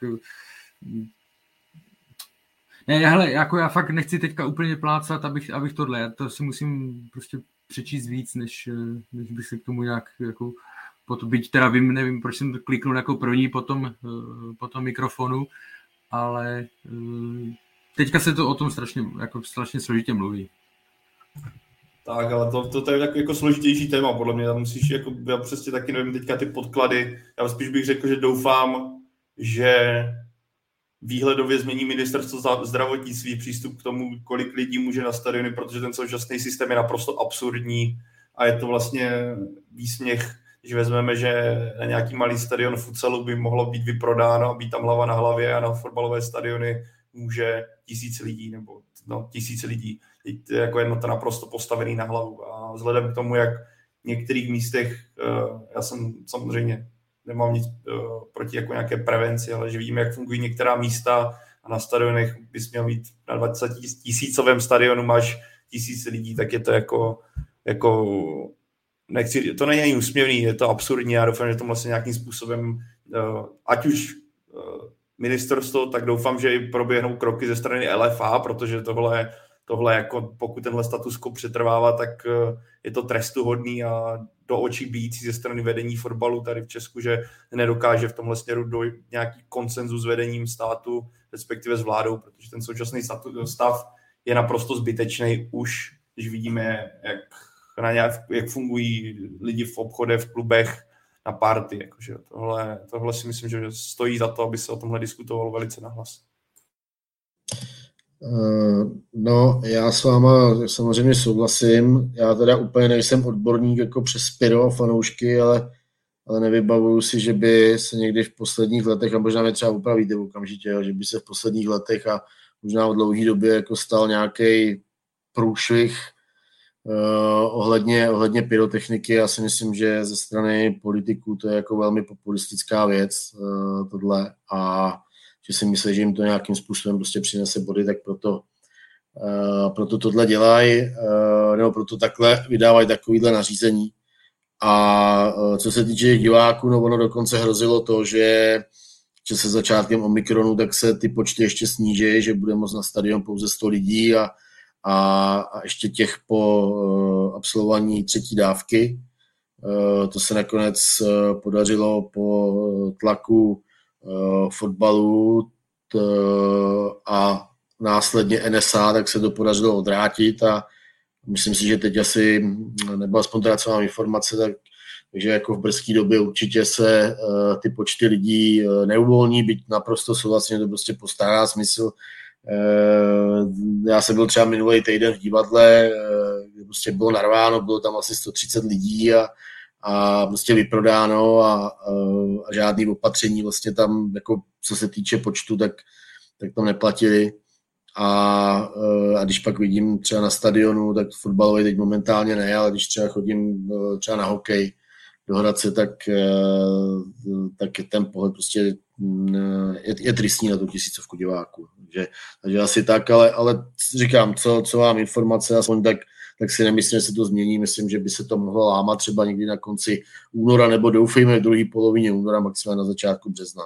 ne, hele, jako já fakt nechci teďka úplně plácat, abych, abych tohle, já to si musím prostě přečíst víc, než, než bych se k tomu nějak jako, potom, byť teda vím, nevím, proč jsem to kliknul jako první po tom, po tom mikrofonu, ale teďka se to o tom strašně, jako strašně složitě mluví. Tak, ale to, to, to je tak jako složitější téma, podle mě, tam musíš, jako, já přesně taky nevím teďka ty podklady, já spíš bych řekl, že doufám, že výhledově změní ministerstvo zdravotnictví přístup k tomu, kolik lidí může na stadiony, protože ten současný systém je naprosto absurdní a je to vlastně výsměch, když vezmeme, že na nějaký malý stadion futsalu by mohlo být vyprodáno a být tam hlava na hlavě a na fotbalové stadiony může tisíc lidí nebo no, tisíc lidí. Jako je to naprosto postavený na hlavu. A vzhledem k tomu, jak v některých místech, já jsem samozřejmě nemám nic proti jako nějaké prevenci, ale že vidíme, jak fungují některá místa a na stadionech bys měl mít na dvacet tisícovém stadionu máš tisíc lidí, tak je to jako, jako nechci, to není ani úsměvný, je to absurdní. Já doufám, že to vlastně nějakým způsobem, ať už ministerstvo, tak doufám, že i proběhnou kroky ze strany L F A, protože tohle, tohle jako pokud tenhle status quo přetrvává, tak je to trestuhodný a do očí bijící ze strany vedení fotbalu tady v Česku, že nedokáže v tomhle směru dojít nějaký konsenzus s vedením státu, respektive s vládou, protože ten současný stav je naprosto zbytečný už, když vidíme, jak, na nějak, jak fungují lidi v obchodech, v klubech, na party. Jakože tohle, tohle si myslím, že stojí za to, aby se o tomhle diskutovalo velice nahlas. Uh, no, já s váma samozřejmě souhlasím. Já teda úplně nejsem odborník jako přes pyro a fanoušky, ale, ale nevybavuju si, že by se někdy v posledních letech, a možná mě třeba upravíte okamžitě, že by se v posledních letech a možná v dlouhé době jako stal nějaký průšvih Uh, ohledně, ohledně pyrotechniky, já si myslím, že ze strany politiků to je jako velmi populistická věc, uh, tohle, a že si myslí, že jim to nějakým způsobem prostě přinese body, tak proto, uh, proto tohle dělají, uh, nebo proto takhle vydávají takovýhle nařízení. A uh, co se týče diváků, no ono dokonce hrozilo to, že, že se začátkem Omikronu, tak se ty počty ještě sníží, že bude moct na stadion pouze sto lidí a A, a ještě těch po uh, absolvování třetí dávky. Uh, to se nakonec uh, podařilo po tlaku uh, fotbalu t, a následně N S A, tak se to podařilo odvrátit a myslím si, že teď asi, nebo aspoň teda co mám informace, tak, takže jako v brzké době určitě se uh, ty počty lidí uh, neuvolní, byť naprosto souhlasně, to prostě postará smysl. Já jsem byl třeba minulý týden v divadle, kde prostě bylo narváno, bylo tam asi sto třicet lidí a, a prostě vyprodáno a, a žádný opatření vlastně tam, jako co se týče počtu, tak, tak tam neplatili. A, a když pak vidím třeba na stadionu, tak fotbalový teď momentálně ne, ale když třeba chodím třeba na hokej do Hradce, tak, tak je ten pohled prostě je, je tristní na tu tisícovku diváků. Takže, takže asi tak, ale, ale říkám, co, co mám informace, aspoň tak, tak si nemyslím, že se to změní. Myslím, že by se to mohlo lámat třeba někdy na konci února, nebo doufejme v druhé polovině února, maximálně na začátku března.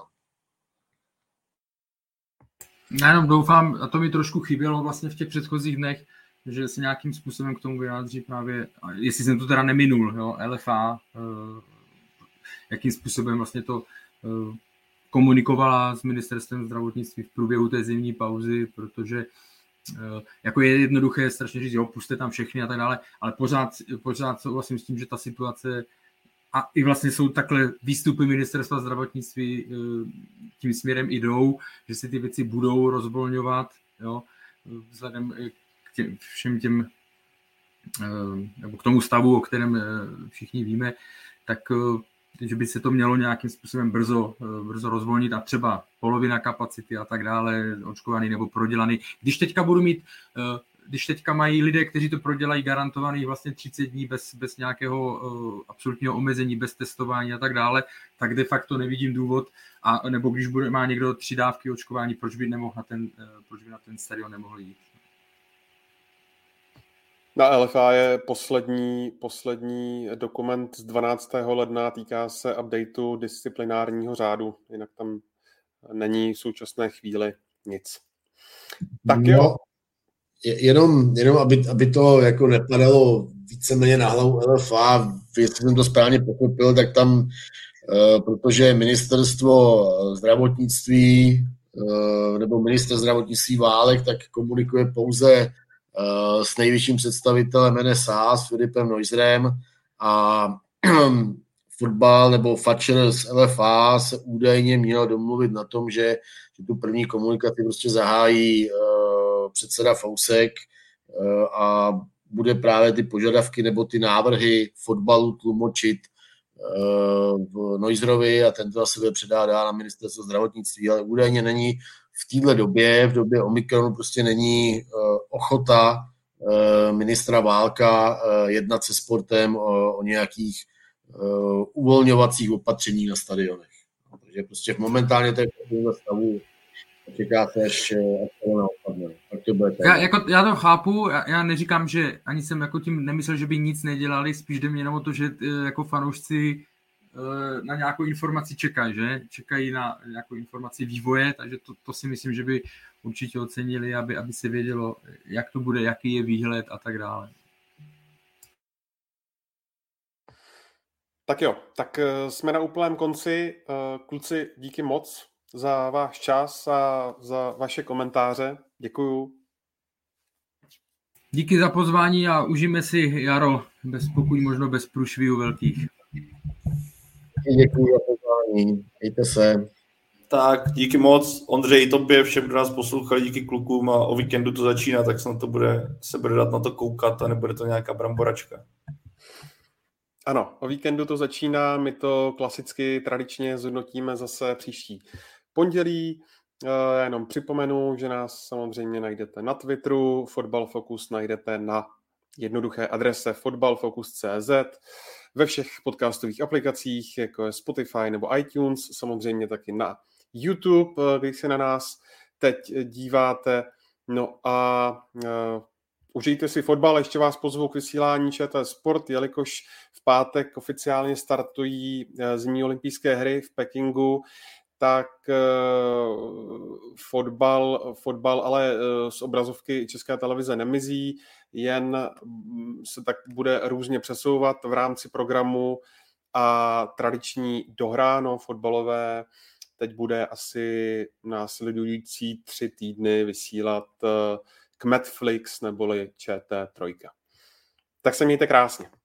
Já jenom doufám, a to mi trošku chybělo vlastně v těch předchozích dnech, že se nějakým způsobem k tomu vyjádří právě, jestli jsem to teda neminul, jo, L F A, eh, jakým způsobem vlastně to eh, komunikovala s ministerstvem zdravotnictví v průběhu té zimní pauzy, protože eh, jako je jednoduché strašně říct, jo, puste tam všechny a tak dále, ale pořád, pořád souhlasím s tím, že ta situace a i vlastně jsou takhle výstupy ministerstva zdravotnictví eh, tím směrem jdou, že si ty věci budou rozvolňovat, jo, vzhledem k těm, všem těm, nebo k tomu stavu, o kterém všichni víme, tak že by se to mělo nějakým způsobem brzo, brzo rozvolnit a třeba polovina kapacity a tak dále, očkovaný nebo prodělaný. Když teďka budu mít, když teďka mají lidé, kteří to prodělají garantovaný vlastně třicet dní bez, bez nějakého absolutního omezení, bez testování a tak dále, tak de facto nevidím důvod, a nebo když bude, má někdo tři dávky očkování, proč by nemohl na ten, proč by na ten stadion nemohl jít. Na L F A je poslední, poslední dokument z dvanáctého ledna, týká se updateu disciplinárního řádu, jinak tam není v současné chvíli nic. Tak jo. No, jenom, jenom aby, aby to jako nepadalo víceméně na hlavu L F A, jestli jsem to správně pochopil, tak tam, protože ministerstvo zdravotnictví nebo ministr zdravotnictví Válek, tak komunikuje pouze s nejvyšším představitelem N S A, s Filipem Neuserem, a fotbal nebo Fatcher z L F A se údajně měl domluvit na tom, že, že tu první komunikaci prostě zahájí uh, předseda Fousek uh, a bude právě ty požadavky nebo ty návrhy fotbalu tlumočit uh, v Neuserovi a tento asi bude předá dál na ministerstvo zdravotnictví, ale údajně není v téhle době, v době Omikronu prostě není uh, ochota uh, ministra Válka uh, jednat se sportem o, o nějakých uh, uvolňovacích opatření na stadionech. No, takže prostě momentálně to je v tomhle stavu, čeká se, až to naopadne. Tak to bude já, jako, já to chápu, já, já neříkám, že ani jsem jako tím nemyslel, že by nic nedělali, spíš jde mě jenom o to, že jako fanoušci na nějakou informaci čekají, že? Čekají na nějakou informaci vývoje, takže to, to si myslím, že by určitě ocenili, aby, aby se vědělo, jak to bude, jaký je výhled a tak dále. Tak jo, tak jsme na úplném konci. Kluci, díky moc za váš čas a za vaše komentáře. Děkuju. Díky za pozvání a užijeme si jaro, bez, pokud možno bez průšvihů velkých. Děkuji za pozvání. Mějte se. Tak, díky moc. Ondřej, tobě, všem, kdo nás poslouchali, díky klukům, a o víkendu to začíná, tak snad to bude, se bude dát na to koukat a nebude to nějaká bramboračka. Ano, o víkendu to začíná, my to klasicky tradičně zhodnotíme zase příští pondělí. Já jenom připomenu, že nás samozřejmě najdete na Twitteru, Fotbal Focus najdete na jednoduché adrese fotbalfocus tečka cé zet, ve všech podcastových aplikacích, jako je Spotify nebo iTunes, samozřejmě taky na YouTube, když se na nás teď díváte. No a uh, užijte si fotbal, ještě vás pozvu k vysílání ČT Sport, jelikož v pátek oficiálně startují uh, zimní olympijské hry v Pekingu, tak uh, fotbal, fotbal ale uh, z obrazovky České televize nemizí, jen se tak bude různě přesouvat v rámci programu a tradiční dohráno fotbalové teď bude asi následující tři týdny vysílat uh, Kmetflix neboli ČT tři. Tak se mějte krásně.